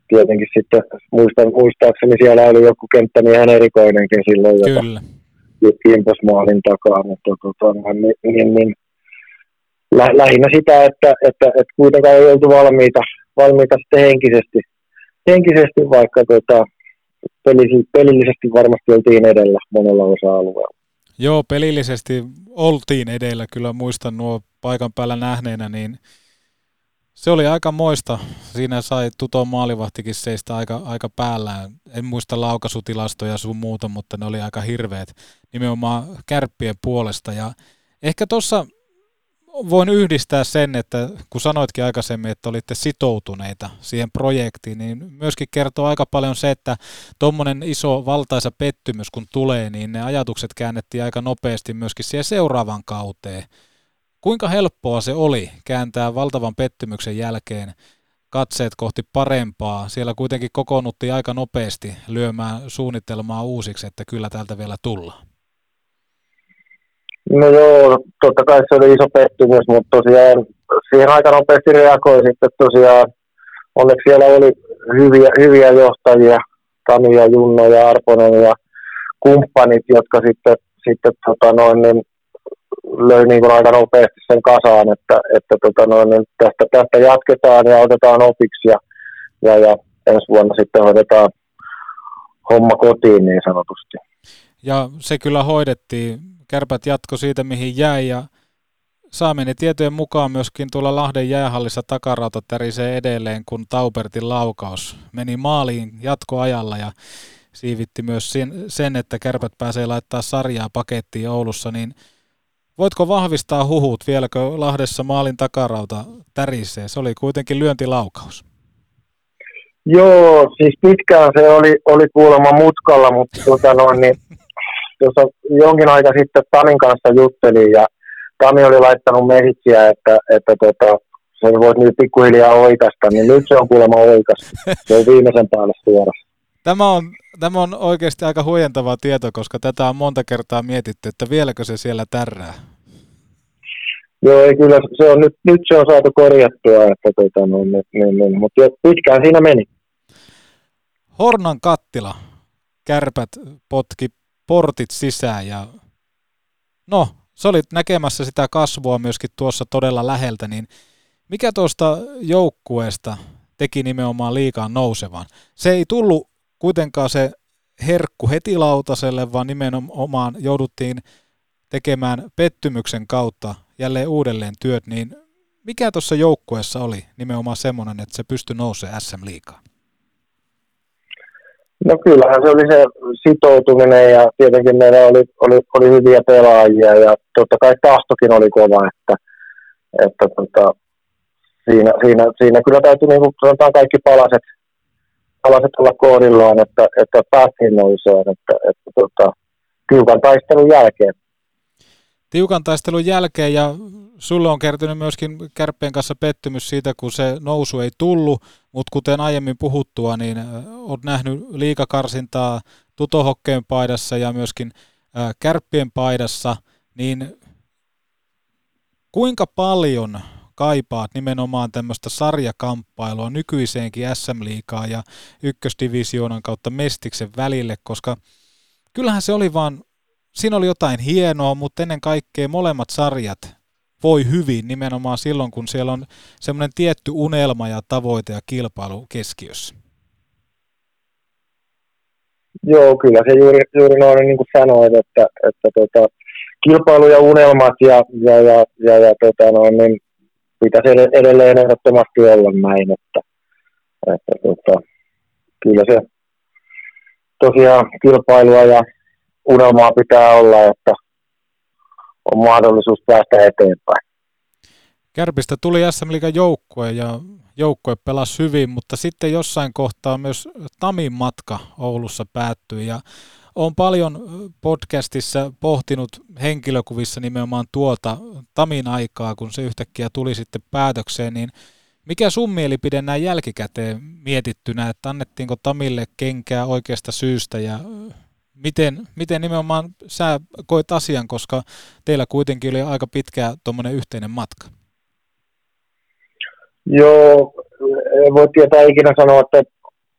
tietenkin sitten muistan, muistaakseni siellä oli joku kenttämiehen erikoinenkin silloin, Kyllä. joka kimposi maalin takaa, mutta tota, niin, niin, niin, lä, lähinnä sitä, että, että, että kuitenkaan ei oltu valmiita, valmiita sitten henkisesti, henkisesti vaikka tota, pelillisesti varmasti oltiin edellä monella osa-alueella. Joo, pelillisesti oltiin edellä, kyllä muistan nuo paikan päällä nähneenä, niin se oli aika moista. Siinä sai Tuton maalivahtikin seistä aika, aika päällään. En muista laukaisutilastoja sun muuta, mutta ne oli aika hirveät nimenomaan Kärppien puolesta. Ja ehkä tuossa voin yhdistää sen, että kun sanoitkin aikaisemmin, että olitte sitoutuneita siihen projektiin, niin myöskin kertoo aika paljon se, että tuommoinen iso valtaisa pettymys kun tulee, niin ne ajatukset käännettiin aika nopeasti myöskin siihen seuraavaan kauteen. Kuinka helppoa se oli kääntää valtavan pettymyksen jälkeen katseet kohti parempaa? Siellä kuitenkin kokoonnuttiin aika nopeasti lyömään suunnitelmaa uusiksi, että kyllä täältä vielä tullaan. No joo, totta kai se oli iso pettymys, mutta tosiaan siihen aika nopeasti reagoi sitten tosiaan. Onneksi siellä oli hyviä, hyviä johtajia, Tami ja Junno ja Arponen ja kumppanit, jotka sitten, sitten tota noin, niin löi niin kuin aika nopeasti sen kasaan, että, että tota noin, niin tästä, tästä jatketaan ja otetaan opiksi ja, ja, ja ensi vuonna sitten hoidetaan homma kotiin niin sanotusti. Ja se kyllä hoidettiin. Kärpät jatko siitä, mihin jäi, ja saamieni tietojen mukaan myöskin tuolla Lahden jäähallissa takarauta tärisee edelleen, kun Taubertin laukaus meni maaliin jatkoajalla ja siivitti myös sen, että Kärpät pääsee laittaa sarjaa pakettiin Oulussa, niin voitko vahvistaa huhut, vieläkö Lahdessa maalin takarauta tärisee? Se oli kuitenkin lyöntilaukaus. Joo, siis pitkään se oli, oli kuulemma mutkalla, mutta tota noin, niin tuossa jonkin aika sitten Tamin kanssa juttelin ja Tami oli laittanut mesitsiä, että, että tota, se voisi nyt pikkuhiljaa oikaista, niin nyt se on kuulemma oikasta. Se on viimeisen päälle suorassa. Tämä on, tämä on oikeasti aika huojentava tieto, koska tätä on monta kertaa mietitty, että vieläkö se siellä tärrää. Joo, ei kyllä, se on nyt, nyt se on saatu korjattua, että tota, no, niin, niin, niin, mutta pitkään siinä meni. Hornan kattila, Kärpät potki portit sisään ja no, sä olit näkemässä sitä kasvua myöskin tuossa todella läheltä, niin mikä tuosta joukkueesta teki nimenomaan liigaan nousevan? Se ei tullut kuitenkaan se herkku heti lautaselle, vaan nimenomaan jouduttiin tekemään pettymyksen kautta jälleen uudelleen työt, niin mikä tuossa joukkueessa oli nimenomaan semmoinen, että se pystyi nousemaan S M-liigaan? No kyllähän se oli se sitoutuminen ja tietenkin meillä oli, oli, oli hyviä pelaajia ja totta kai tahtokin oli kova, että, että tota, siinä, siinä, siinä kyllä täytyy niin kuin sanotaan kaikki palaset, palaset olla kohdillaan, että, että päästiin nouseen, että, että tota, tiukan taistelun jälkeen. Tiukan taistelun jälkeen ja sulle on kertynyt myöskin Kärppien kanssa pettymys siitä, kun se nousu ei tullut, mutta kuten aiemmin puhuttua, niin olet nähnyt liigakarsintaa Tuto Hokkeen paidassa ja myöskin Kärppien paidassa, niin kuinka paljon kaipaat nimenomaan tämmöistä sarjakamppailua nykyiseenkin S M-liigaan ja ykkösdivisioonan kautta Mestiksen välille, koska kyllähän se oli vaan, siinä oli jotain hienoa, mutta ennen kaikkea molemmat sarjat voi hyvin nimenomaan silloin, kun siellä on semmoinen tietty unelma ja tavoite ja kilpailu keskiössä. Joo, kyllä se juuri, juuri noin niin kuin sanoit, että, että tota, kilpailu ja unelmat ja, ja, ja, ja, ja tota noin, niin pitäisi edelleen ehdottomasti olla näin, että, että tota, kyllä se tosiaan kilpailua ja unelmaa pitää olla, että on mahdollisuus päästä eteenpäin. Kärpistä tuli S M-liigan joukkue ja joukkue pelasi hyvin, mutta sitten jossain kohtaa myös Tamin matka Oulussa päättyi ja olen paljon podcastissa pohtinut henkilökuvissa nimenomaan tuota Tamin aikaa, kun se yhtäkkiä tuli sitten päätökseen, niin mikä sun mielipide näin jälkikäteen mietittynä, että annettiinko Tamille kenkää oikeasta syystä ja miten, miten nimenomaan sä koet asian, koska teillä kuitenkin oli aika pitkä tuommoinen yhteinen matka? Joo, en voi tietää ikinä sanoa, että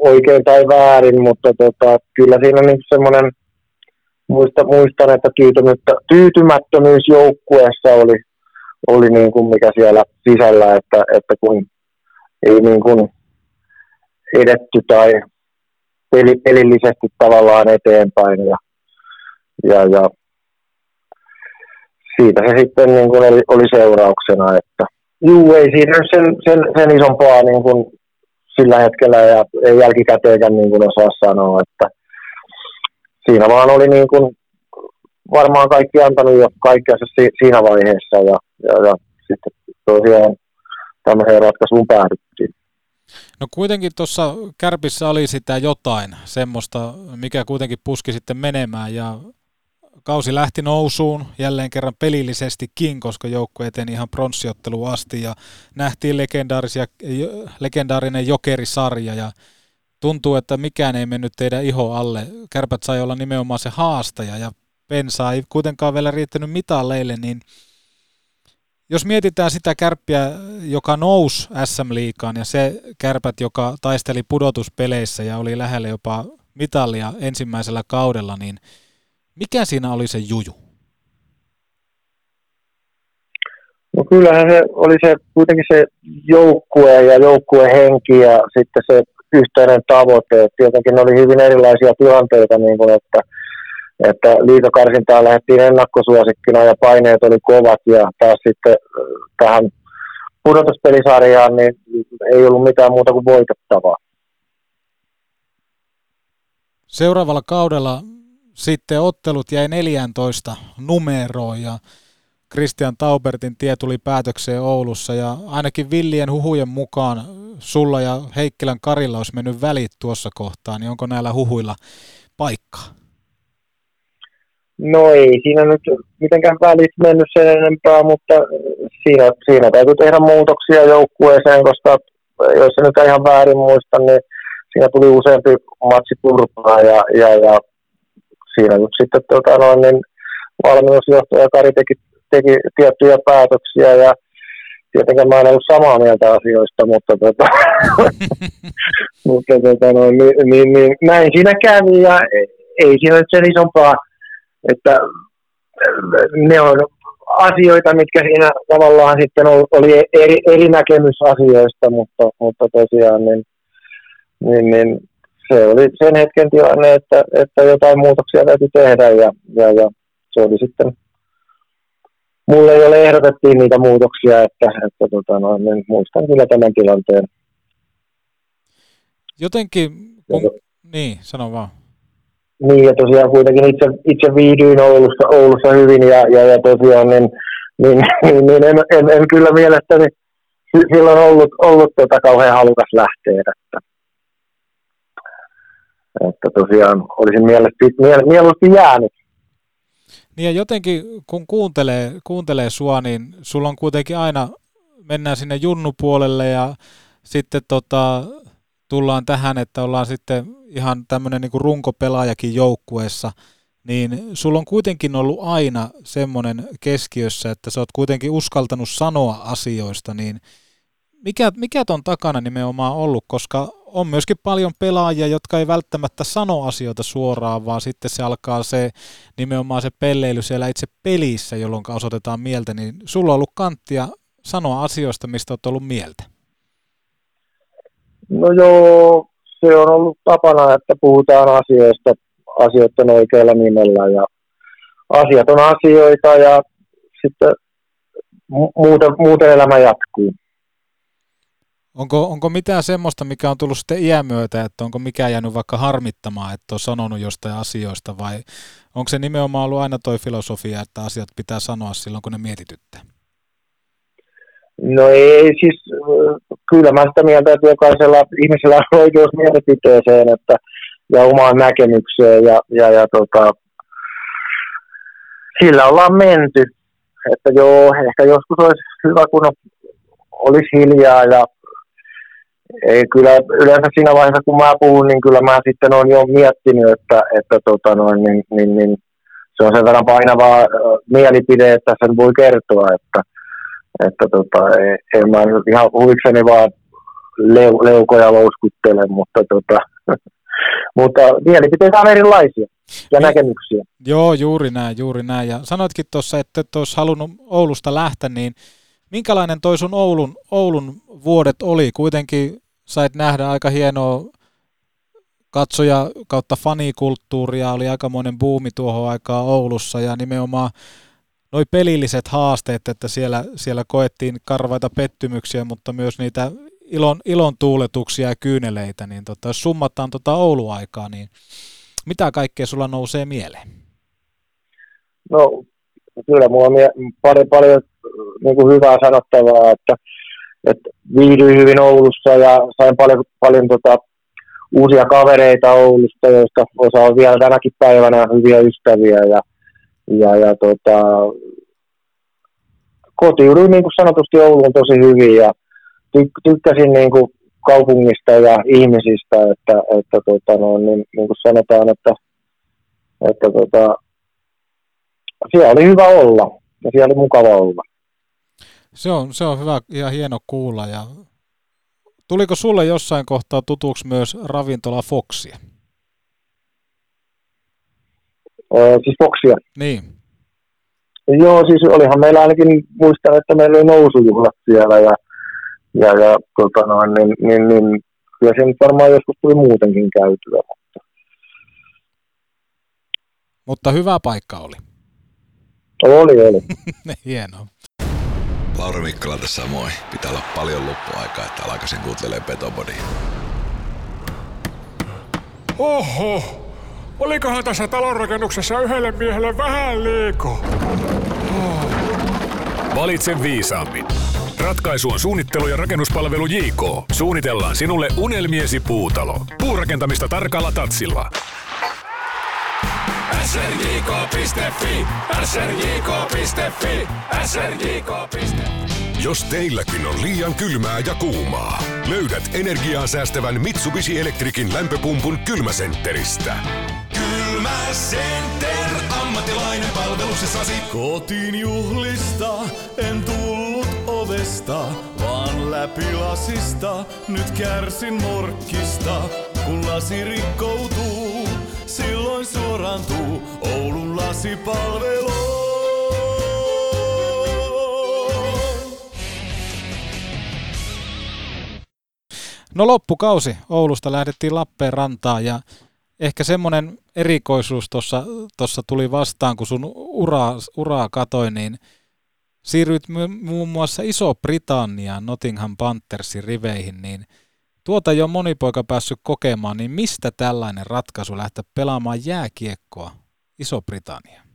oikein tai väärin, mutta tota, kyllä siinä niin semmoinen, muista, muistan, että tyytymättömyys joukkueessa oli, oli niin kuin mikä siellä sisällä, että, että kun ei niin kuin edetty tai peli, pelillisesti tavallaan eteenpäin ja, ja, ja siitä se sitten niin kuin oli, oli seurauksena, että juu, ei siinä sen, sen, sen isompaa niin kuin sillä hetkellä ja ei jälkikäteenkään niin kuin osaa sanoa, että siinä vaan oli niin kuin varmaan kaikki antanut jo kaikkea siinä vaiheessa ja, ja, ja sitten tosiaan tämmöiseen ratkaisuun päädyttiin. No kuitenkin tuossa Kärpissä oli sitä jotain semmoista, mikä kuitenkin puski sitten menemään ja kausi lähti nousuun jälleen kerran pelillisestikin, koska joukkue eteni ihan pronssiotteluun asti ja nähtiin legendaarisia, legendaarinen jokerisarja ja tuntuu, että mikään ei mennyt teidän iho alle. Kärpät sai olla nimenomaan se haastaja ja bensaa ei kuitenkaan vielä riittänyt mitalleille, niin jos mietitään sitä Kärppiä, joka nousi S M-liigaan ja se Kärpät, joka taisteli pudotuspeleissä ja oli lähellä jopa mitalia ensimmäisellä kaudella, niin mikä siinä oli se juju? No kyllähän se oli se, kuitenkin se joukkue ja joukkuehenki ja sitten se yhteinen tavoite. Tietenkin oli hyvin erilaisia tilanteita, niin kuin että, että liigakarsintaan lähdettiin ennakkosuosikkina ja paineet oli kovat ja taas sitten tähän pudotuspelisarjaan niin ei ollut mitään muuta kuin voitettavaa. Seuraavalla kaudella sitten ottelut jäi neljätoista numeroon ja Christian Taubertin tie tuli päätökseen Oulussa ja ainakin villien huhujen mukaan sulla ja Heikkilän Karilla olisi mennyt välit tuossa kohtaa, niin onko näillä huhuilla paikkaa? No ei siinä nyt mitenkään välit mennyt sen enempää, mutta siinä, siinä täytyy tehdä muutoksia joukkueeseen, koska jos se nyt ihan väärin muista, niin siinä tuli useampi matsi purkaa ja, ja, ja siinä nyt sitten tota noin, niin valmennusjohtaja Kari teki, teki tiettyjä päätöksiä ja tietenkään mä en ollut samaa mieltä asioista, mutta, tota, mutta tota noin, niin, niin, niin, näin siinä kävi ja ei siinä nyt sen isompaa, että ne on asioita, mitkä siinä tavallaan sitten oli eri, eri näkemys asioista, mutta, mutta tosiaan niin, niin, niin se oli sen hetken tilanne, että, että jotain muutoksia täytyy tehdä ja, ja, ja se oli sitten, mulle ei ole ehdotettiin niitä muutoksia, että, että tota, no, niin muistan kyllä tämän tilanteen. Jotenkin, kun, niin, sano vaan. Niin ja tosiaan kuitenkin itse, itse viihdyin Oulussa, Oulussa hyvin ja, ja, ja tosiaan niin, niin, niin, niin en, en, en kyllä mielestäni silloin ollut, ollut tota kauhean halukas lähteä, että Että tosiaan olisin mieluusti, mieluusti jäänyt. Niin ja jotenkin kun kuuntelee, kuuntelee sua, niin sulla on kuitenkin aina, mennään sinne junnupuolelle ja sitten tota, tullaan tähän, että ollaan sitten ihan tämmöinen niin kuin runkopelaajakin joukkueessa, niin sulla on kuitenkin ollut aina semmoinen keskiössä, että sä oot kuitenkin uskaltanut sanoa asioista, niin mikä, mikä ton takana nimenomaan ollut, koska on myöskin paljon pelaajia, jotka ei välttämättä sano asioita suoraan, vaan sitten se alkaa se nimenomaan se pelleily siellä itse pelissä, jolloin osoitetaan mieltä, niin sulla on ollut kanttia sanoa asioista, mistä olet ollut mieltä. No joo, se on ollut tapana, että puhutaan asioista, asioiden oikealla nimellä ja asiat on asioita ja sitten muuten, muuten elämä jatkuu. Onko, onko mitään semmoista, mikä on tullut sitten iän myötä, että onko mikään jäänyt vaikka harmittamaan, että on sanonut jostain asioista, vai onko se nimenomaan ollut aina toi filosofia, että asiat pitää sanoa silloin, kun ne mietityttää? No ei, siis kyllä mä sitä mieltä, että jokaisella ihmisellä on oikeus mielipiteeseen että, ja omaan näkemykseen ja, ja, ja tota, sillä ollaan menty, että joo, ehkä joskus olisi hyvä, kun olisi hiljaa ja ei, kyllä yleensä siinä vaiheessa, kun mä puhun, niin kyllä mä sitten olen jo miettinyt, että, että tota noin, niin, niin, niin, se on sen verran painavaa äh, mielipide, että sen voi kertoa, että, että tota, en mä ihan huvikseni vaan leu, leukoja louskuttele, mutta tota, Mutta mielipiteitä on erilaisia ja näkemyksiä. Joo, juuri näin, juuri näin. Ja sanoitkin tuossa, että et olisi halunnut Oulusta lähteä, niin minkälainen toi sun Oulun, Oulun vuodet oli? Kuitenkin sait nähdä aika hienoa katsoja kautta fanikulttuuria, oli aikamoinen buumi tuohon aikaan Oulussa ja nimenomaan noi pelilliset haasteet, että siellä, siellä koettiin karvaita pettymyksiä, mutta myös niitä ilon, ilon tuuletuksia ja kyyneleitä, niin tota, jos summataan tota Oulu-aikaa, niin mitä kaikkea sulla nousee mieleen? No kyllä mulla on mie- paljon, paljon niin kuin hyvää sanottavaa, että, että viihdyin hyvin Oulussa ja sain paljon, paljon tota, uusia kavereita Oulusta, joista osa on vielä tänäkin päivänä hyviä ystäviä ja, ja, ja tota, kotiuduin niin kuin sanotusti Ouluun tosi hyvin ja ty- tykkäsin niin kuin kaupungista ja ihmisistä, että, että tota, no, niin, niin kuin sanotaan, että, että tota, siellä oli hyvä olla ja siellä oli mukava olla. Se on, se on hyvä ja hieno kuulla. Ja tuliko sulle jossain kohtaa tutuksi myös ravintola Foxia? Öö, siis Foxia? Niin. Joo, siis olihan meillä ainakin, muistan, että meillä oli nousujuhlat siellä ja, ja, ja tota noin, niin, niin, niin kyllä se nyt varmaan joskus tuli muutenkin käytyä. Mutta, mutta hyvä paikka oli. Oli, oli. Hienoa. Lauri Mikkala tässä moi. Pitää olla paljon loppuaikaa, että alkaisin kuuntelemaan Petopodia. Oho! Olikohan tässä talonrakennuksessa yhdelle miehelle vähän liikaa? Oh. Valitse viisaammin. Ratkaisu on suunnittelu- ja rakennuspalvelu J K. Suunnitellaan sinulle unelmiesi puutalo. Puurakentamista tarkalla tatsilla. S R J K piste F I S R J K piste F I S R J K piste F I Jos teilläkin on liian kylmää ja kuumaa, löydät energiaa säästävän Mitsubishi Electricin lämpöpumpun kylmäsentteristä. Kylmäcenter, ammattilainen palveluksessasi. Kotiin juhlista en tullut ovesta, vaan läpi lasista. Nyt kärsin morkkista, kun lasi rikkoutuu. Silloin suoraantuu Oulun lasipalvelu. No loppukausi. Oulusta lähdettiin Lappeenrantaan ja ehkä semmoinen erikoisuus tuossa tuli vastaan, kun sun uraa, uraa katoi, niin siirryit muun muassa Iso-Britanniaan Nottingham Panthersin riveihin, niin tuota ei ole moni poika päässyt kokemaan, niin mistä tällainen ratkaisu lähteä pelaamaan jääkiekkoa Iso-Britanniaan?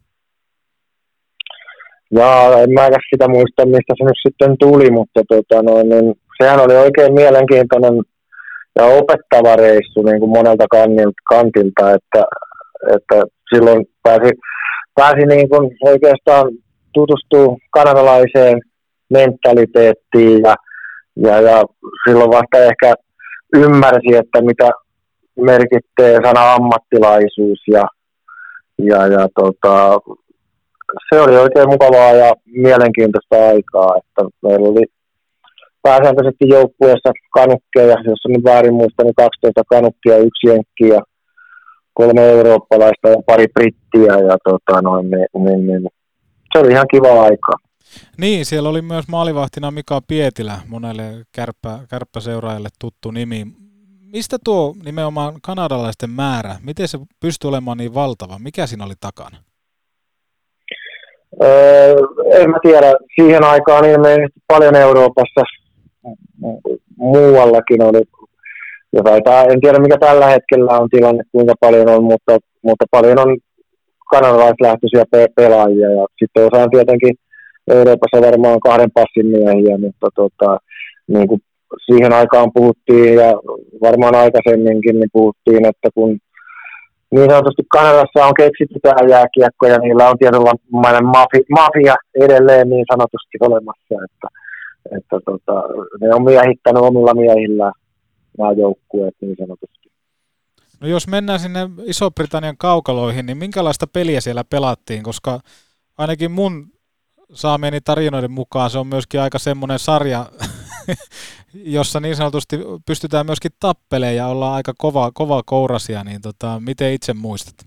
Jaa, en mäkäs sitä muista, mistä se nyt sitten tuli, mutta tota, no, niin, sehän oli oikein mielenkiintoinen ja opettava reissu niin kuin monelta kantilta, että, että silloin pääsi, pääsi niin kuin oikeastaan tutustumaan kanadalaiseen mentaliteettiin ja, ja, ja silloin vasta ehkä ymmärsi, että mitä merkitsee sana ammattilaisuus ja, ja, ja tota, se oli oikein mukavaa ja mielenkiintoista aikaa, että meillä oli pääsääntöisesti joukkueessa kanukkeja, jos on nyt väärin muista, niin kaksitoista kanukkia, yksi jenkki ja kolme eurooppalaista ja pari brittiä ja tota noin, niin, niin, niin. Se oli ihan kiva aikaa. Niin, siellä oli myös maalivahtina Mika Pietilä, monelle kärppä, kärppäseuraajalle tuttu nimi. Mistä tuo nimenomaan kanadalaisten määrä, miten se pystyi olemaan niin valtava? Mikä siinä oli takana? Öö, en mä tiedä, siihen aikaan ilmeisesti paljon Euroopassa muuallakin oli jotain. En tiedä mikä tällä hetkellä on tilanne, kuinka paljon on, mutta, mutta paljon on kanadalaislähtöisiä pe- pelaajia ja sitten osaan tietenkin Euroopassa varmaan kahden passin miehiä, mutta tota, niin kuin siihen aikaan puhuttiin ja varmaan aikaisemminkin niin puhuttiin, että kun niin sanotusti Kanadassa on keksitty tämä jääkiekko ja niillä on tietynlainen mafi- mafia edelleen niin sanotusti olemassa, että, että tota, ne on miehittänyt omilla miehillään nämä joukkueet niin sanotusti. No jos mennään sinne Iso-Britannian kaukaloihin, niin minkälaista peliä siellä pelattiin, koska ainakin mun saamieni tarinoiden mukaan se on myöskin aika semmoinen sarja, jossa niin sanotusti pystytään myöskin tappelemaan ja ollaan aika kova, kova kourasia, niin tota, miten itse muistat?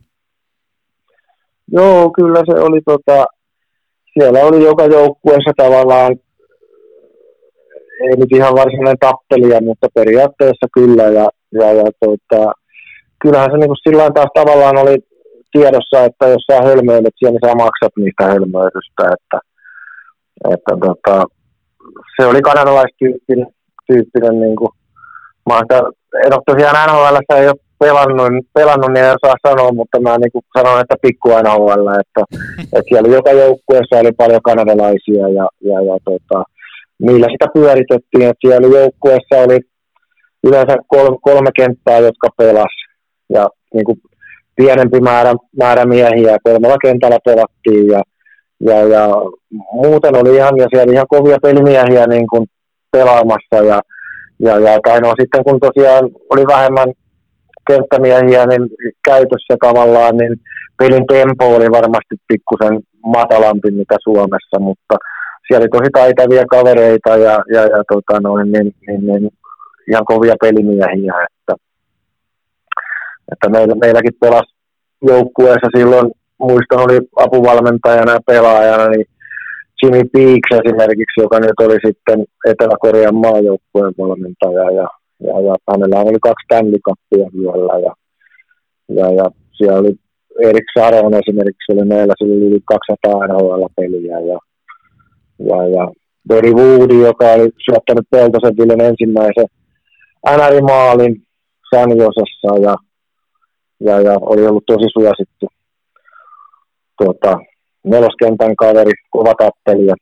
Joo, kyllä se oli, tota, siellä oli joka joukkueessa tavallaan, ei nyt ihan varsinainen tappelija, mutta periaatteessa kyllä, ja, ja, ja tota, kyllähän se niin sillä taas tavallaan oli tiedossa, että jos sä hölmöilet siellä, niin sä maksat niistä hölmöilystä, että, että tota, se oli kanadalaistyyppinen, tyyppinen, niin kuin, mä en ole tosiaan N H L:ssä ei ole pelannut, pelannut, niin en osaa sanoa, mutta mä niin kuin sanon, että pikku N H L, että, että siellä joka joukkueessa oli paljon kanadalaisia ja, ja, ja tota, niillä sitä pyöritettiin, että siellä joukkueessa oli yleensä kolme, kolme kenttää, jotka pelas ja niin kuin pienempi määrä, määrä miehiä, kolmella kentällä pelattiin ja, ja, ja muuten oli ihan, ja siellä ihan kovia pelimiehiä niin kuin pelaamassa ja, ja, ja tai no sitten kun tosiaan oli vähemmän kenttämiehiä niin käytössä tavallaan, niin pelin tempo oli varmasti pikkusen matalampi mitä Suomessa, mutta siellä oli tosi taitavia kavereita ja, ja, ja tota noin, niin, niin, niin, ihan kovia pelimiehiä, että, että meillä, meilläkin pelasi joukkueessa silloin, muistan oli apuvalmentajana ja pelaajana, niin Jimmy Peaks esimerkiksi, joka nyt oli sitten Etelä-Korean maajoukkueen valmentaja ja, ja, ja hänellä oli kaksi Stanley Cupia vielä ja, ja, ja siellä oli Erik Saron esimerkiksi oli meillä, sillä oli kaksisataa N H L-peliä ja, ja, ja Dori Woody, joka oli syöttänyt Peltosen Villen ensimmäisen N R I-maalin San Josessa ja, ja, ja oli ollut tosi suosittu tuota, neloskentän kaveri, kova tappelija.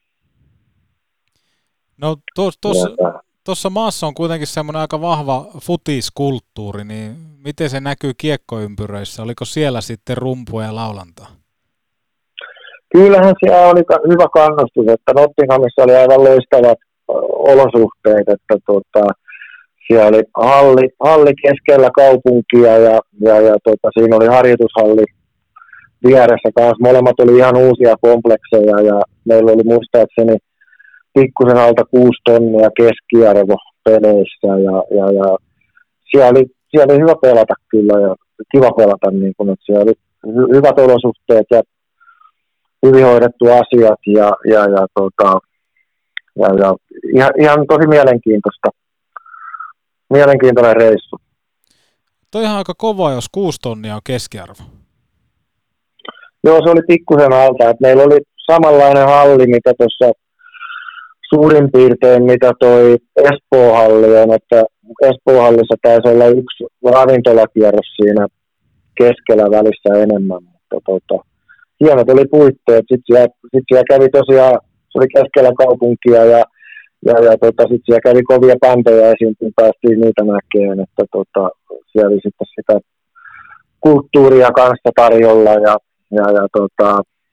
No tuossa maassa on kuitenkin semmoinen aika vahva futiskulttuuri, niin miten se näkyy kiekkoympyröissä? Oliko siellä sitten rumpua ja laulantaa? Kyllähän siellä oli hyvä kannustus, että Nottinghamissa oli aivan loistavat olosuhteet, että tuota, siellä oli halli, halli keskellä kaupunkia ja, ja, ja tuota, siinä oli harjoitushalli vieressä kanssa. Molemmat oli ihan uusia komplekseja ja meillä oli muistaakseni pikkusen alta kuusi tonnia keskiarvo peleissä ja, ja, ja siellä, oli, siellä oli hyvä pelata kyllä ja kiva pelata, niin kun, että siellä oli hy- hyvät olosuhteet ja hyvin hoidettu asiat ja, ja, ja, tota, ja, ja ihan, ihan tosi mielenkiintoista. Mielenkiintoinen reissu. Toi on aika kova, jos kuusi tonnia on keskiarvo. Joo, se oli pikkusen alta. Että meillä oli samanlainen halli, mitä tuossa suurin piirtein, mitä toi Espoo-halli on. Että Espoo-hallissa taisi olla yksi ravintolakierros siinä keskellä välissä enemmän. Mutta tota, hienot oli puitteet. Sitten siellä, sit siellä kävi tosiaan, se oli keskellä kaupunkia ja Ja, ja tota, sitten siellä kävi kovia bändejä esiin, kun päästiin niitä näkemään, että tota, siellä oli sitten sitä kulttuuria kanssa tarjolla ja, ja, ja tota,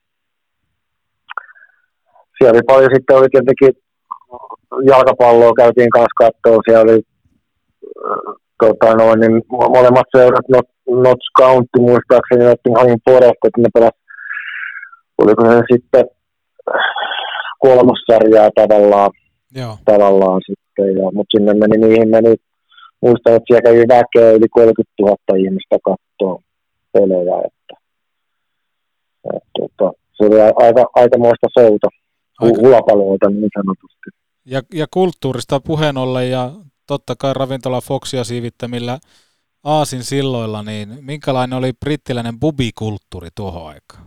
siellä oli paljon sitten oli tietenkin jalkapalloa käytiin kanssa katsoa, siellä oli äh, tota, noin, niin molemmat seurat, Not, Notts County muistaakseni, Nottinghamin Forest, että ne pelas, oliko se sitten kolmossarjaa tavallaan. Joo. Tavallaan sitten, ja, mutta sinne meni, niihin meni, muistan, että siellä kävi väkeä yli kolmekymmentätuhatta ihmistä katsoa pelejä, että, että, että se oli aika, aikamoista souta, hulapaloita niin sanotusti. Ja, ja kulttuurista puheen ollen ja totta kai ravintola Foxia siivittämillä aasin silloilla, niin minkälainen oli brittiläinen bubikulttuuri tuohon aikaan?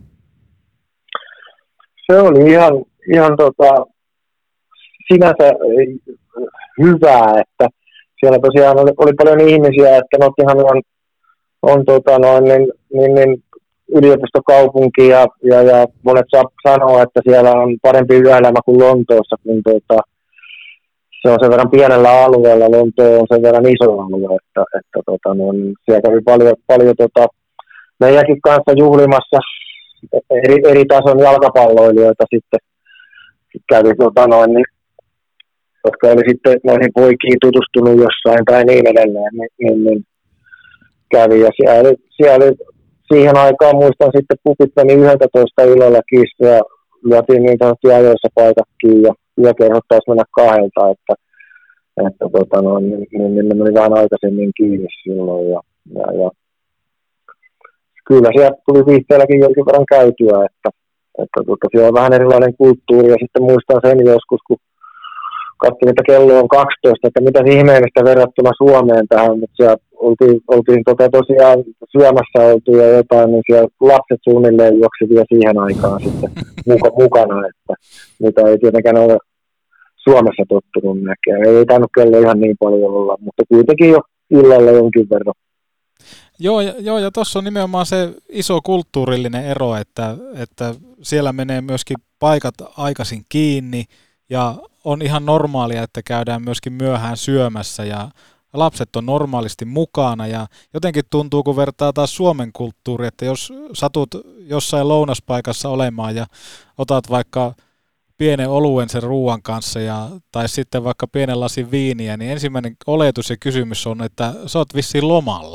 Se oli ihan, ihan tota, sinänsä hyvää, että siellä tosiaan oli, oli paljon ihmisiä, että Nottingham on, on tota noin, niin, niin, niin yliopistokaupunki ja, ja, ja monet sanoo, että siellä on parempi yöelämä kuin Lontoossa, kun tota, se on sen verran pienellä alueella, Lonto on sen verran iso alue, että, että tota noin, siellä kävi paljon, paljon tota, meidänkin kanssa juhlimassa eri, eri tason jalkapalloilijoita sitten kävi tota noin, niin jotka oli sitten noihin poikiin tutustunut jossain tai niin edelleen, niin, niin, niin kävi. Ja siellä oli, siellä oli siihen aikaan, muistan sitten pupit meni yksitoista illalla kiistä ja lyötiin niin sanottuja ajoissa paikat kiinni ja yökerhot taisi mennä kahdelta, että että tota, no, niin, niin, niin ne meni vähän aikaisemmin kiinni silloin. Ja, ja, ja kyllä sieltä tuli viihteelläkin jonkin verran käytyä, että, että tota, siellä on vähän erilainen kulttuuri. Ja sitten muistan sen joskus, kun katsoin, että kello on kaksitoista, että mitä ihmeellistä verrattuna Suomeen tähän, mutta siellä oltiin, oltiin tota tosiaan syömässä oltu ja jotain, niin siellä lapset suunnilleen juoksi vielä siihen aikaan sitten mukana, että mitä ei tietenkään ole Suomessa tottunut näkemään. Ei tainnut kello ihan niin paljon olla, mutta kuitenkin jo illalla jonkin verran. Joo, ja, joo, ja tuossa on nimenomaan se iso kulttuurillinen ero, että, että siellä menee myöskin paikat aikaisin kiinni, ja on ihan normaalia, että käydään myöskin myöhään syömässä, ja lapset on normaalisti mukana, ja jotenkin tuntuu, kun vertaa taas Suomen kulttuuri, että jos satut jossain lounaspaikassa olemaan, ja otat vaikka pienen oluen sen ruuan kanssa, ja, tai sitten vaikka pienen lasin viiniä, niin ensimmäinen oletus ja kysymys on, että sä oot vissiin lomalla.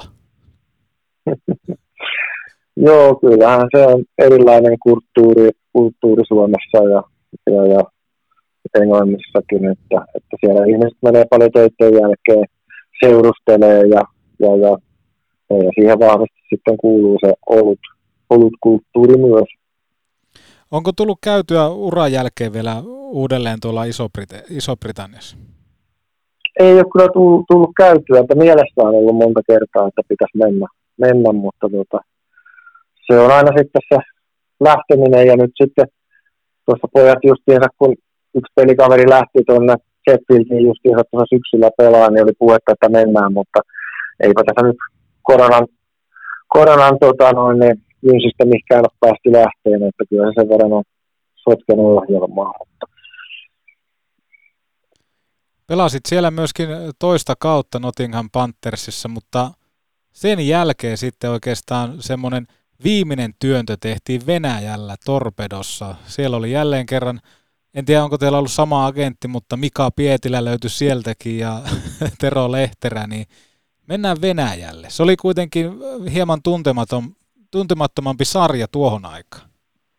Joo, kyllähän se on erilainen kulttuuri, kulttuuri Suomessa ja, ja, ja Englannissakin, että, että siellä ihmiset menee paljon töiden jälkeen, seurustelee ja, ja, ja, ja siihen vahvasti sitten kuuluu se olut, olutkulttuuri myös. Onko tullut käytyä uran jälkeen vielä uudelleen tuolla Iso-Brit- Iso-Britanniassa? Ei ole kyllä tullut, tullut käytyä, että mielessä on ollut monta kertaa, että pitäisi mennä, mennä mutta tota, se on aina sitten se lähteminen, ja nyt sitten tuossa pojat justiinsa, kun yksi pelikaveri lähti tuonne Sheffieldiin justiinsa tuossa syksyllä pelaa, niin oli puhetta, että mennään, mutta eipä tässä nyt koronan, koronan tota noin, niin kynsistä mihinkään ole päästy lähteen, että kyllä se sen verran on sotkenut ohjelmaa. Pelasit siellä myöskin toista kautta Nottingham Panthersissa, mutta sen jälkeen sitten oikeastaan semmoinen viimeinen työntö tehtiin Venäjällä Torpedossa. Siellä oli jälleen kerran, en tiedä onko teillä ollut sama agentti, mutta Mika Pietilä löytyi sieltäkin ja Tero Lehterä, niin mennään Venäjälle. Se oli kuitenkin hieman tuntematon, tuntemattomampi sarja tuohon aikaan.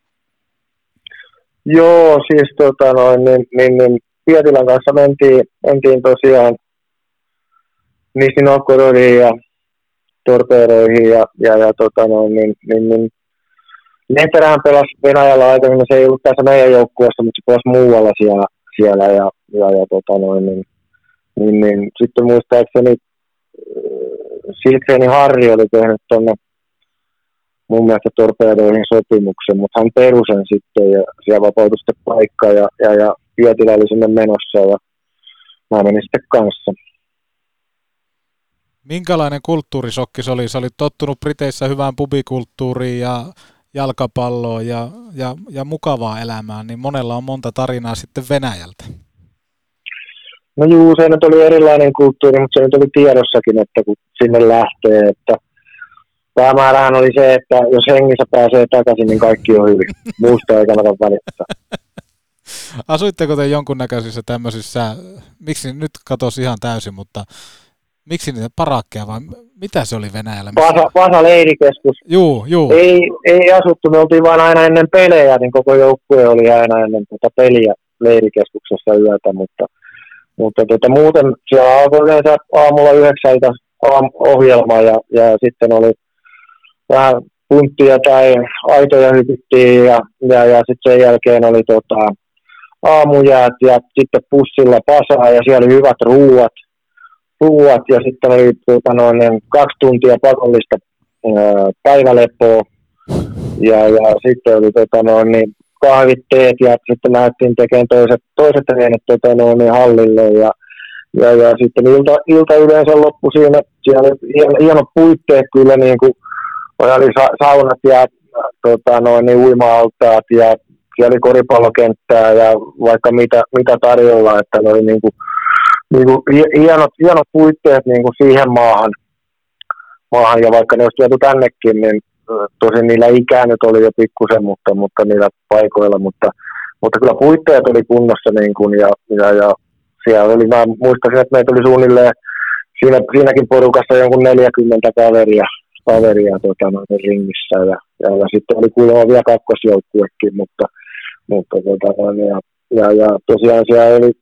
Joo, siis tota noin, niin, niin, niin Pietilän kanssa mentiin, mentiin tosiaan Nizhny Novgorodiin ja Torpedoihin ja, ja, ja tota noin, niin, niin, niin Lehterään pelasi Venäjällä aikaisemmin, se ei ollut tässä meidän joukkueessa, mutta se pelasi muualla siellä, siellä ja, ja, ja tota noin, niin, niin, niin, sitten muistaakseni Silkseni Harri oli tehnyt tuonne mun mielestä Torpedoihin sopimuksen, mutta hän perusen sitten ja siellä vapautui sitten paikka ja, ja, ja Pietilä oli sinne menossa ja mä menin sitten kanssa. Minkälainen kulttuurisokki se oli? Sä olit tottunut Briteissä hyvään pubikulttuuriin ja jalkapalloon ja, ja, ja mukavaa elämään, niin monella on monta tarinaa sitten Venäjältä. No juu, se nyt oli erilainen kulttuuri, mutta se nyt oli tiedossakin, että kun sinne lähtee, että päämäärähän oli se, että jos hengissä pääsee takaisin, niin kaikki on hyvin. Muusta ei kannata välittää. Asuitteko te jonkunnäköisissä tämmöisissä, miksi nyt katosi ihan täysin, mutta miksi niitä parakkeja vai mitä se oli Venäjällä? Vasa, Vasa leirikeskus. Juu, juu. Ei, ei asuttu, me oltiin vaan aina ennen pelejä, niin koko joukkue oli aina ennen tuota peliä leirikeskuksessa yötä, mutta, mutta tuota, muuten siellä alkoi yleensä aamulla yhdeksältä ohjelma ja, ja sitten oli vähän punttia tai aitoja hypittiin ja, ja, ja sitten sen jälkeen oli tota, aamujäät ja sitten pussilla pasaa ja siellä oli hyvät ruuat, ruuat ja sitten oli tota, noin, kaksi tuntia pakollista ää, päivälepoa ja, ja sitten oli tota, noin, niin kahvit, teet ja sitten lähdettiin tekemään toiset, toiset treenit tota, noin, hallille ja, ja, ja sitten ilta, ilta yleensä loppui siinä, siellä oli hienot puitteet kyllä niin kuin oli sa- saunat ja tota, noin, niin uima-altaat ja siellä oli koripallokenttää ja vaikka mitä, mitä tarjolla, että ne oli niin kuin, niin kuin hienot, hienot puitteet niin kuin siihen maahan, maahan. Ja vaikka ne olisi tuotu tännekin, niin tosin niillä ikää nyt oli jo pikkusen, mutta, mutta niillä paikoilla, mutta, mutta kyllä puitteet oli kunnossa niin kuin, ja, ja, ja siellä oli, mä muistasin, että meitä oli suunnilleen siinä, siinäkin porukassa jonkun neljäkymmentä kaveria. kaveria tota, noin ringissä ja, ja, ja sitten oli kuulemma vielä kakkosjoukkuekin, mutta, mutta tota, noin, ja, ja, ja tosiaan siellä oli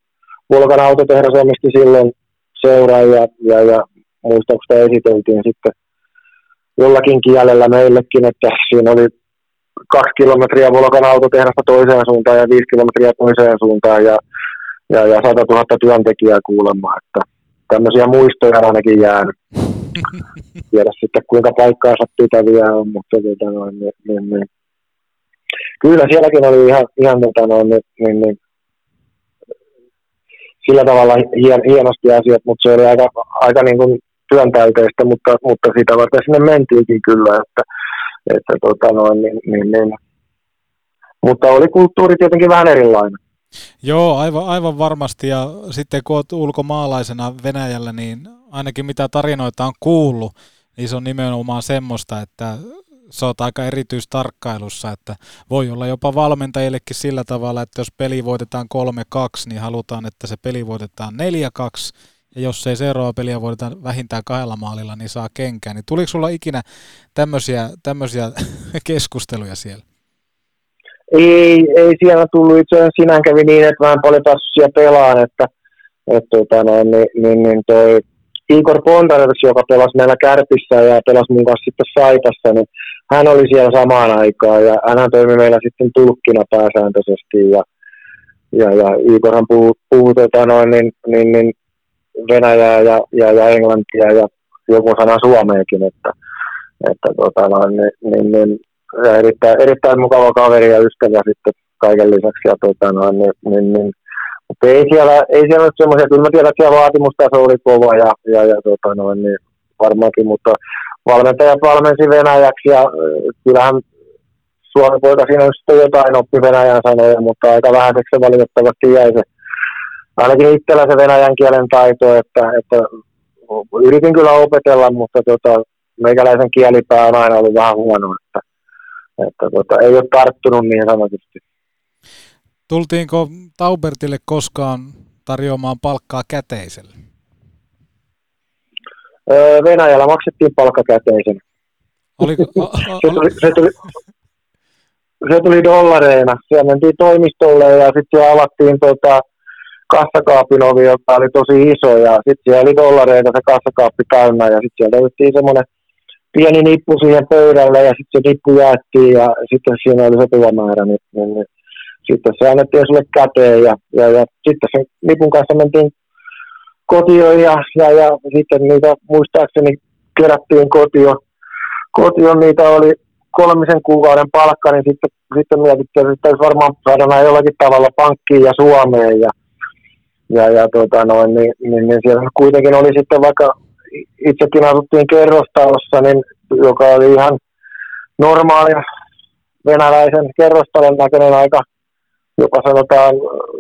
Volkan autotehdas omisti silloin seuran ja, ja, ja muistaakseni esiteltiin sitten jollakin kielellä meillekin, että siinä oli kaksi kilometriä Volkan autotehdasta toiseen suuntaan ja viisi kilometriä toiseen suuntaan ja, ja, ja sata tuhatta työntekijää kuulemma, että tämmöisiä muistoja on ainakin jäänyt. Tiedä sitten kuinka paikkaansa pitäviä on, mutta tota noin, niin, niin, niin. Kyllä sielläkin oli ihan, ihan tota noin, niin, niin, niin, sillä tavalla hien, hienosti asiat, mutta se oli aika, aika niin kuin työntäyteistä, mutta, mutta siitä varten sinne mentiinkin kyllä, että, että tota noin, niin, niin, niin. Mutta oli kulttuuri tietenkin vähän erilainen. Joo, aivan, aivan varmasti, ja sitten kun olet ulkomaalaisena Venäjällä, niin ainakin mitä tarinoita on kuullut, niin se on nimenomaan semmoista, että sä oot aika erityistarkkailussa, että voi olla jopa valmentajillekin sillä tavalla, että jos peli voitetaan kolme kaksi, niin halutaan, että se peli voitetaan neljä kaksi, ja jos ei seuraava peliä voideta vähintään kahdella maalilla, niin saa kenkään. Niin tuliko sulla ikinä tämmöisiä, tämmöisiä keskusteluja siellä? Ei, ei siellä tullut. Itse asiassa sinään kävi niin, että mä en paljon päässyt siellä pelaan, että, että tota, no, niin, niin, niin toi Igor Bondarev, joka pelasi meillä Kärpissä ja pelasi mun kanssa sitten Saitassa, niin hän oli siellä samaan aikaan ja hän toimi meillä sitten tulkkina pääsääntöisesti ja, ja, ja Igorhan puhui, puhui tota, noin, niin, niin, niin Venäjää ja, ja, ja englantia ja joku sana suomeakin, että, että tota, noin, niin, niin, niin, ja erittäin, erittäin mukava kaveri ja ystävä sitten kaiken lisäksi. Ja, tota, noin, niin, niin, niin, mutta ei siellä, ei siellä ole semmoisia, kyllä mä tiedän, että siellä vaatimustaso oli kova ja, ja, ja tota, noin, niin varmaankin, mutta valmentajat valmensi venäjäksi ja kyllähän Suomen poika siinä sitten jotain oppi venäjän sanoja, mutta aika vähäiseksi se valitettavasti jäi se. Ainakin itsellä se venäjän kielen taito, että, että yritin kyllä opetella, mutta tota, meikäläisen kielipää on aina ollut vähän huono, että, että tota, ei ole tarttunut niin sanotusti. Tultiinko Taubertille koskaan tarjoamaan palkkaa käteisellä? Öö, Venäjällä maksettiin palkka käteisen. Oliko, o, o, se, tuli, se, tuli, se tuli dollareina. Siellä mentiin toimistolle ja sitten siellä avattiin tota, kassakaapin ovi, joka oli tosi iso ja sitten siellä oli dollareita se kassakaappi täynnä ja sitten sieltä otettiin semmoinen pieni nippu siihen pöydälle ja sitten se nippu jaettiin ja sitten siinä oli sopiva määrä, niin, niin, niin sitten se annettiin sulle käteen ja, ja, ja sitten sen nipun kanssa mentiin kotiin ja, ja, ja sitten niitä muistaakseni kerättiin kotiin. Kotiin niitä oli kolmisen kuukauden palkka, niin sitten, sitten mietittiin, että olisi varmaan saada jollakin tavalla pankkiin ja Suomeen ja Ja, ja tota noin, niin, niin, niin siellä kuitenkin oli sitten, vaikka itsekin asuttiin kerrostalossa, niin, joka oli ihan normaali venäläisen kerrostalon näköinen, aika jopa sanotaan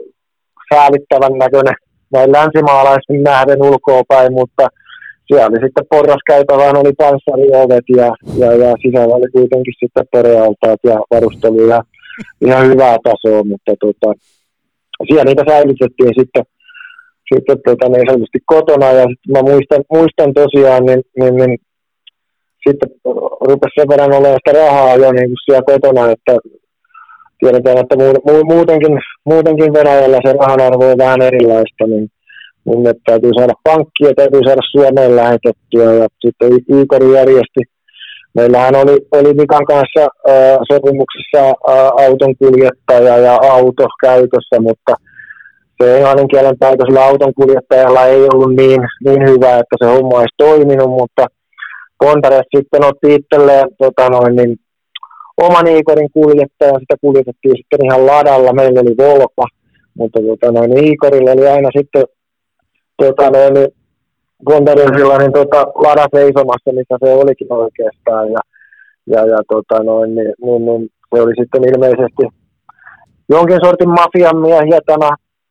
säälittävän näköinen näin länsimaalaisen nähden ulkoapäin, mutta siellä oli sitten porraskäytävään oli panssariovet ja, ja, ja sisällä oli kuitenkin sitten torealtaat ja varustelu ihan, ihan hyvää tasoa, mutta tota, siellä niitä säilytettiin sitten sitten tota, niin sanotusti kotona, ja sitten mä muistan, muistan tosiaan, niin, niin, niin sitten rupesi sen verran olemaan sitä rahaa jo niin kuin siellä kotona, että tiedetään, että mu- muutenkin, muutenkin Venäjällä se rahan arvo on vähän erilaista, niin, niin että täytyy saada pankkia, täytyy saada Suomeen lähetettyä, ja sitten Igor järjesti. Meillähän oli, oli Mikan kanssa ää, sopimuksessa ää, auton kuljettaja ja auto käytössä, mutta se englannin kielen taito sillä auton kuljettajalla ei ollut niin, niin hyvä, että se homma olisi toiminut, mutta Bondarev sitten otti itselleen tota noin, niin, oman Igorin kuljettajan, sitä kuljetettiin sitten ihan ladalla, meillä oli Volpa, mutta tota noin, Igorilla oli aina sitten tota noin, Bondarevilla niin tota, lada seisomassa, missä se olikin oikeastaan, ja, ja, ja tota noin, niin, niin, niin, se oli sitten ilmeisesti jonkin sortin mafian miehiä tämä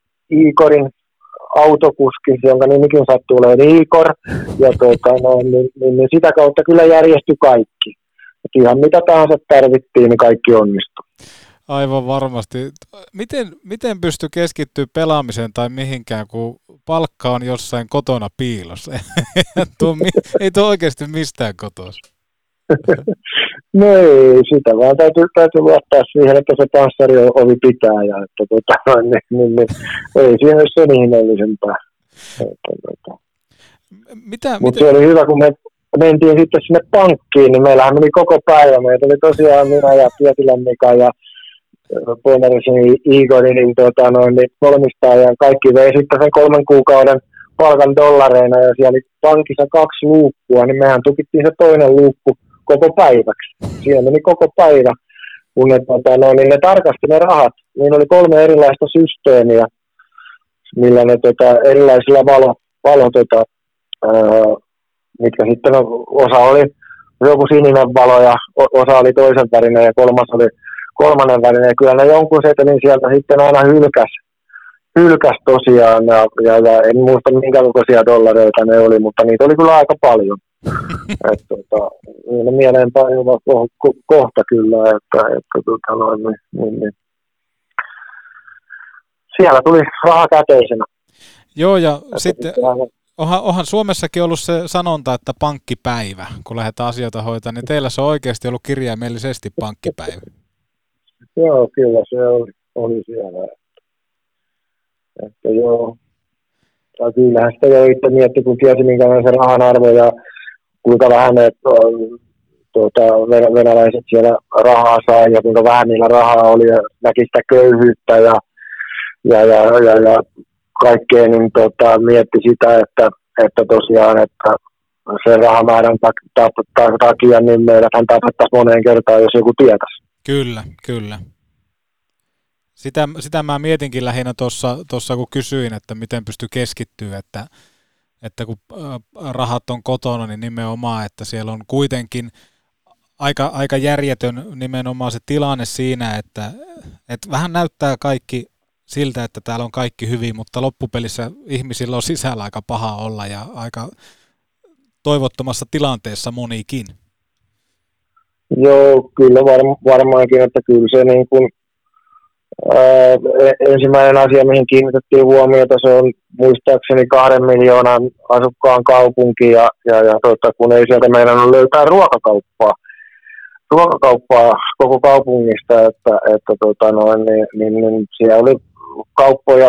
Igorin autokuski, jonka nimikin sattuu olemaan Igor, ja tuota, no, niin, niin, niin sitä kautta kyllä järjestyi kaikki. Et ihan mitä tahansa tarvittiin, niin kaikki onnistui. Aivan varmasti. Miten, miten pystyy keskittyä pelaamiseen tai mihinkään, kun palkka on jossain kotona piilossa? tuo, ei tuo oikeasti mistään kotossa. No ei, sitä vaan täytyy, täytyy luottaa siihen, että se panssariovi pitää ja että tota, niin, niin, niin, ei siihen ole sen ihmeellisempää. Mutta se oli hyvä, kun me mentiin sitten sinne pankkiin, niin meillähän meni koko päivä. Meitä oli tosiaan minä ja Pietilän Mika ja Poinerisen Igor, niin, tota, noin, niin kolmistaan ja kaikki vei sitten sen kolmen kuukauden palkan dollareina ja siellä oli pankissa kaksi luukkua, niin mehän tukittiin se toinen luukku koko päiväksi. Siellä meni koko päivä, kun ne, tota, no, niin ne tarkasti ne rahat. Niillä oli kolme erilaista systeemiä, millä ne tota, erilaisilla valo, valo tota, ää, mitkä sitten no, osa oli joku sininen valo ja osa oli toisen värinen ja kolmas oli kolmannen värinen. Ja kyllä ne jonkun setelin sieltä sitten aina hylkäs, hylkäs tosiaan ja, ja, ja en muista minkä kokoisia dollareita ne oli, mutta niitä oli kyllä aika paljon. Että tota, mieleenpainuva ko- kohta kyllä, että, että tota, noin, niin, niin, niin. Siellä tuli raha käteisenä. Joo, ja että sitten onhan, onhan Suomessakin ollut se sanonta, että pankkipäivä, kun lähdetään asioita hoitaa, niin teillä se on oikeasti ollut kirjaimellisesti pankkipäivä. Joo, kyllä se oli, oli siellä. Että, että joo, tai kyllähän sitä jo itse mietti, kun tiesi minkälainen se rahan arvo ja kuinka vähän ne tuota, venäläiset siellä rahaa sai ja kuinka vähän niillä rahaa oli ja näki sitä köyhyyttä ja, ja, ja, ja, ja kaikkea, niin tota, mietti sitä, että, että tosiaan, että sen rahamäärän takia niin meillähän tapettaisiin moneen kertaan, jos joku tietäisi. Kyllä, kyllä. Sitä, sitä mä mietinkin lähinnä tuossa, kun kysyin, että miten pystyy keskittyä, että että kun rahat on kotona, niin nimenomaan, että siellä on kuitenkin aika, aika järjetön nimenomaan se tilanne siinä, että, että vähän näyttää kaikki siltä, että täällä on kaikki hyvin, mutta loppupelissä ihmisillä on sisällä aika paha olla ja aika toivottomassa tilanteessa monikin. Joo, kyllä var, varmaankin, että kyllä se niin kuin Ää, ensimmäinen asia, mihin kiinnitettiin huomiota, se on muistaakseni kahden miljoonan asukkaan kaupunki ja, ja, ja tota, kun ei sieltä meidän löytää ruokakauppaa, ruokakauppaa koko kaupungista, että, että tota noin, niin, niin, niin siellä oli kauppoja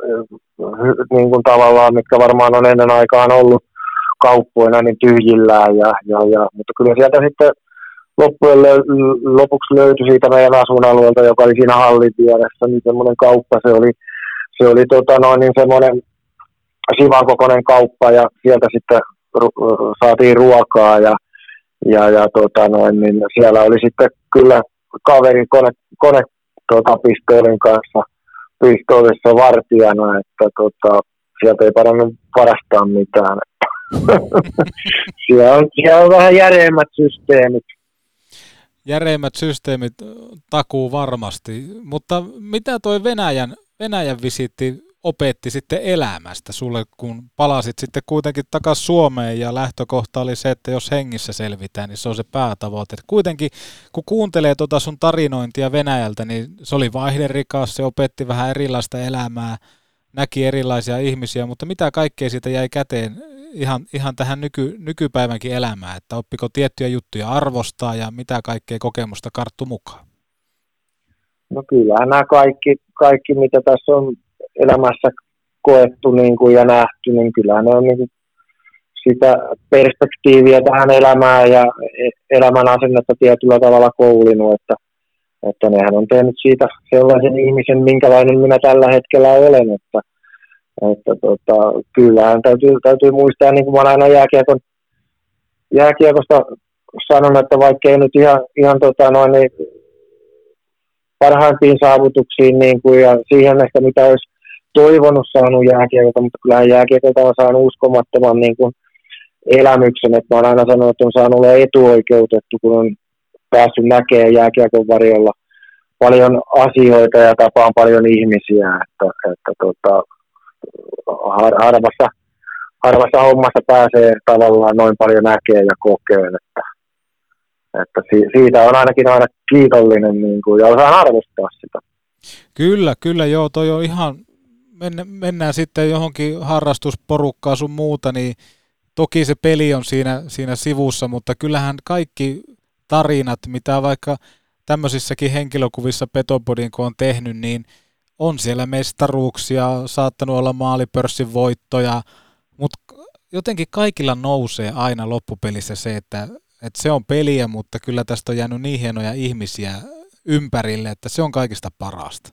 niin kuin tavallaan, mitkä varmaan on ennen aikaan ollut kauppoina, niin tyhjillään, ja, ja, ja, mutta kyllä sieltä sitten loppujen lopuksi löytyi siitä meidän asuinalueelta, joka oli siinä hallin vieressä, niin semmoinen kauppa, se oli, se oli tota noin, niin semmoinen sivan kokoinen kauppa, ja sieltä sitten ru- saatiin ruokaa, ja, ja, ja tota noin, niin siellä oli sitten kyllä kaveri kone, kone tota, pistoolin kanssa pistoolissa vartijana, että tota, sieltä ei parannut varastaa mitään. siellä, on, siellä on vähän järeimmät systeemit. Järeimmät systeemit takuu varmasti, mutta mitä toi Venäjän, Venäjän visiitti opetti sitten elämästä sulle, kun palasit sitten kuitenkin takaisin Suomeen ja lähtökohta oli se, että jos hengissä selvitään, niin se on se päätavoite. Et kuitenkin kun kuuntelee tuota sun tarinointia Venäjältä, niin se oli vaihderikas, se opetti vähän erilaista elämää, näki erilaisia ihmisiä, mutta mitä kaikkea siitä jäi käteen ihan, ihan tähän nyky, nykypäivänkin elämään, että oppiko tiettyjä juttuja arvostaa ja mitä kaikkea kokemusta karttu mukaan? No kyllähän nämä kaikki, kaikki mitä tässä on elämässä koettu niin kuin ja nähty, niin kyllähän ne on niin kuin sitä perspektiiviä tähän elämään ja elämän asennetta tietyllä tavalla koulinut, että, että nehän on tehnyt siitä sellaisen ihmisen, minkälainen minä tällä hetkellä olen, että, että tota, kyllähän täytyy, täytyy muistaa, niin kuin mä aina jääkiekon, jääkiekosta sanon, että vaikka ei nyt ihan, ihan tota noin, niin parhaimpiin saavutuksiin niin kuin, ja siihen ehkä mitä olisi toivonut saanut jääkiekolta, mutta kyllähän jääkiekolta on saanut uskomattoman niin kuin elämyksen, että mä oon aina sanonut, että on saanut olla etuoikeutettu, kun on päässyt näkemään jääkiekon varjolla paljon asioita ja tapaan paljon ihmisiä, että, että tota, har, harvassa, harvassa hommassa pääsee tavallaan noin paljon näkemään ja kokeen, että, että siitä on ainakin aina kiitollinen niin kuin, ja osaan arvostaa sitä. Kyllä, kyllä joo, toi on ihan, mennään sitten johonkin harrastusporukkaan sun muuta, niin toki se peli on siinä, siinä sivussa, mutta kyllähän kaikki tarinat, mitä vaikka tämmöisissäkin henkilökuvissa Petopodin kun on tehnyt, niin on siellä mestaruuksia, saattanut olla maalipörssin voittoja, mutta jotenkin kaikilla nousee aina loppupelissä se, että, että se on peliä, mutta kyllä tästä on jäänyt niin hienoja ihmisiä ympärille, että se on kaikista parasta.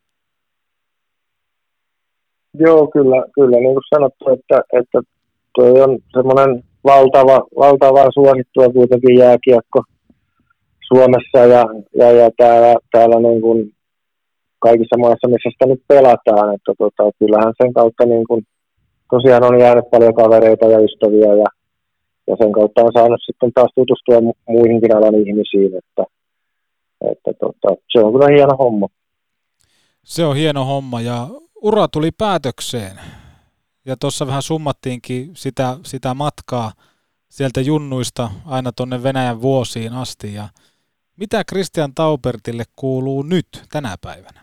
Joo, kyllä, kyllä niin kuin sanottu, että, että toi on semmoinen valtava, valtava suosittua kuitenkin jääkiekko Suomessa ja, ja, ja täällä, täällä niin kuin kaikissa maissa, missä sitä nyt pelataan, että tota, kyllähän sen kautta niin kuin, tosiaan on jäänyt paljon kavereita ja ystäviä ja, ja sen kautta on saanut sitten taas tutustua mu- muihinkin alan ihmisiin, että, että tota, se on kyllä hieno homma. Se on hieno homma ja ura tuli päätökseen ja tuossa vähän summattiinkin sitä, sitä matkaa sieltä junnuista aina tuonne Venäjän vuosiin asti ja mitä Christian Taubertille kuuluu nyt tänä päivänä?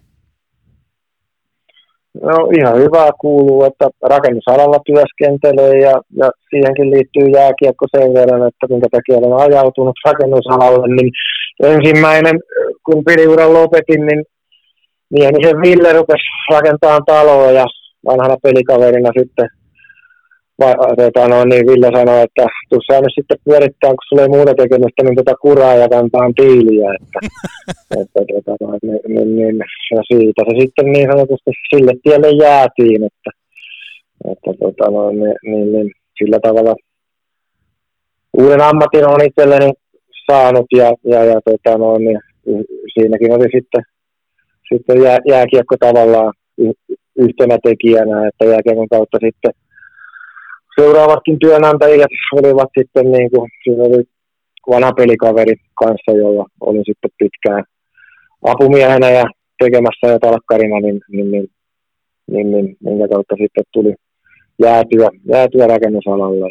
No ihan hyvää kuuluu, että rakennusalalla työskentelee ja, ja siihenkin liittyy jääkiekko sen verran, että minkä takia olen ajautunut rakennusalalle, niin ensimmäinen, kun peliuran lopetin, niin Niemisen Ville rupesi rakentamaan taloa ja vanhana pelikaverina sitten va, tota, no, niin Ville sanoi, että tuossa nyt sitten pyörittää, kun sulla ei muuta tekemistä, niin tota kuraa ja kantaa tiiliä, että, että tota, no, niin, niin, niin, ja siitä se sitten niin sanotusti sille tielle jäätiin, että, että tota, no, niin, niin, niin, sillä tavalla uuden ammatin on itselleni saanut ja, ja, ja tota, no, niin, siinäkin oli sitten, sitten jää, jääkiekko tavallaan yhtenä tekijänä, että jääkiekon kautta sitten seuraavatkin työnantajat olivat sitten niin kuin, siinä oli vanha pelikaveri kanssa, jolla olin sitten pitkään apumiehenä ja tekemässä ja talkkarina, niin, niin, niin, niin, niin minkä kautta sitten tuli jäätyä, jäätyä rakennusalalle.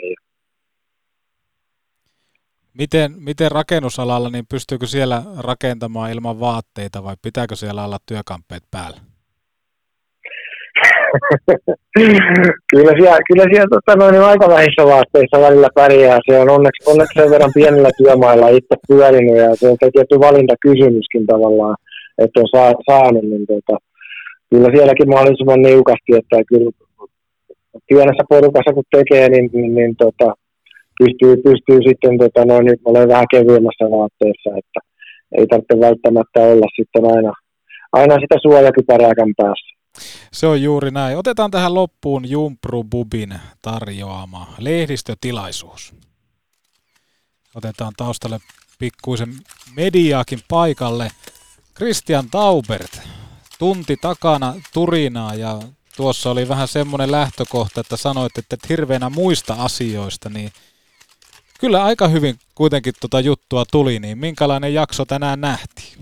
Miten, miten rakennusalalla, niin pystyykö siellä rakentamaan ilman vaatteita vai pitääkö siellä olla työkamppeet päällä? kyllä siellä, kyllä siellä tota, noin, aika vähissä vaatteissa välillä pärjää. Se on onneksi, onneksi sen verran pienellä työmailla itse pyörinyt ja se on tietty valintakysymyskin tavallaan, että on saa, saanut. Niin, tota, kyllä sielläkin mahdollisimman niukasti, että kyllä pienessä porukassa kun tekee, niin, niin, niin tota, pystyy, pystyy sitten tota, noin, nyt olen vähän kevyemmässä vaatteessa, että ei tarvitse välttämättä olla sitten aina, aina sitä suojakypärääkään päässä. Se on juuri näin. Otetaan tähän loppuun Jumpru Bubin tarjoama lehdistötilaisuus. Otetaan taustalle pikkuisen mediaakin paikalle. Christian Taubert, tunti takana turinaa ja tuossa oli vähän semmoinen lähtökohta, että sanoit, että et hirveänä muista asioista, niin kyllä aika hyvin kuitenkin tuota juttua tuli, niin minkälainen jakso tänään nähtiin?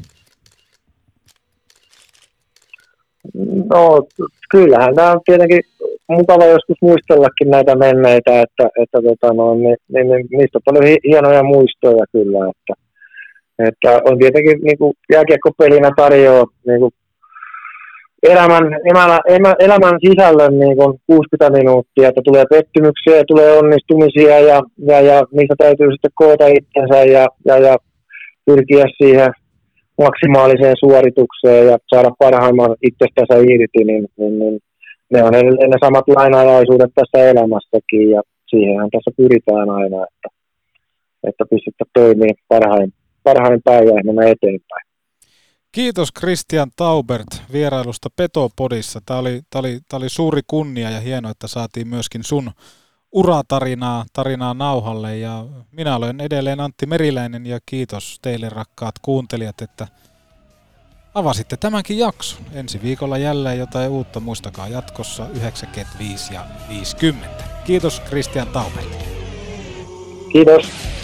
No kyllähän tämä on tietenkin mukava joskus muistellakin näitä menneitä, että, että tota, no, niin, niin, niin, niistä on paljon hienoja muistoja kyllä, että, että on tietenkin niin kuin jääkiekkopelinä tarjoaa niin kuin elämän, elämän, elämän sisällön niin kuin kuusikymmentä minuuttia, että tulee pettymyksiä ja tulee onnistumisia ja, ja, ja niistä täytyy sitten koota itsensä ja, ja, ja pyrkiä siihen maksimaaliseen suoritukseen ja saada parhaimman itsestänsä irti, niin, niin, niin ne on edelleen ne samat lainalaisuudet tässä elämässäkin ja siihenhän tässä pyritään aina, että, että pystytään toimimaan parhain, parhain päivänä eteenpäin. Kiitos Christian Taubert vierailusta Petopodissa. Tämä oli, tämä oli, tämä oli suuri kunnia ja hienoa, että saatiin myöskin sun uratarinaa tarinaa nauhalle ja minä olen edelleen Antti Meriläinen ja kiitos teille rakkaat kuuntelijat, että avasitte tämänkin jakson. Ensi viikolla jälleen jotain uutta, muistakaa jatkossa yhdeksänkymmentäviisi ja viisikymmentä. Kiitos Christian Taubert. Kiitos.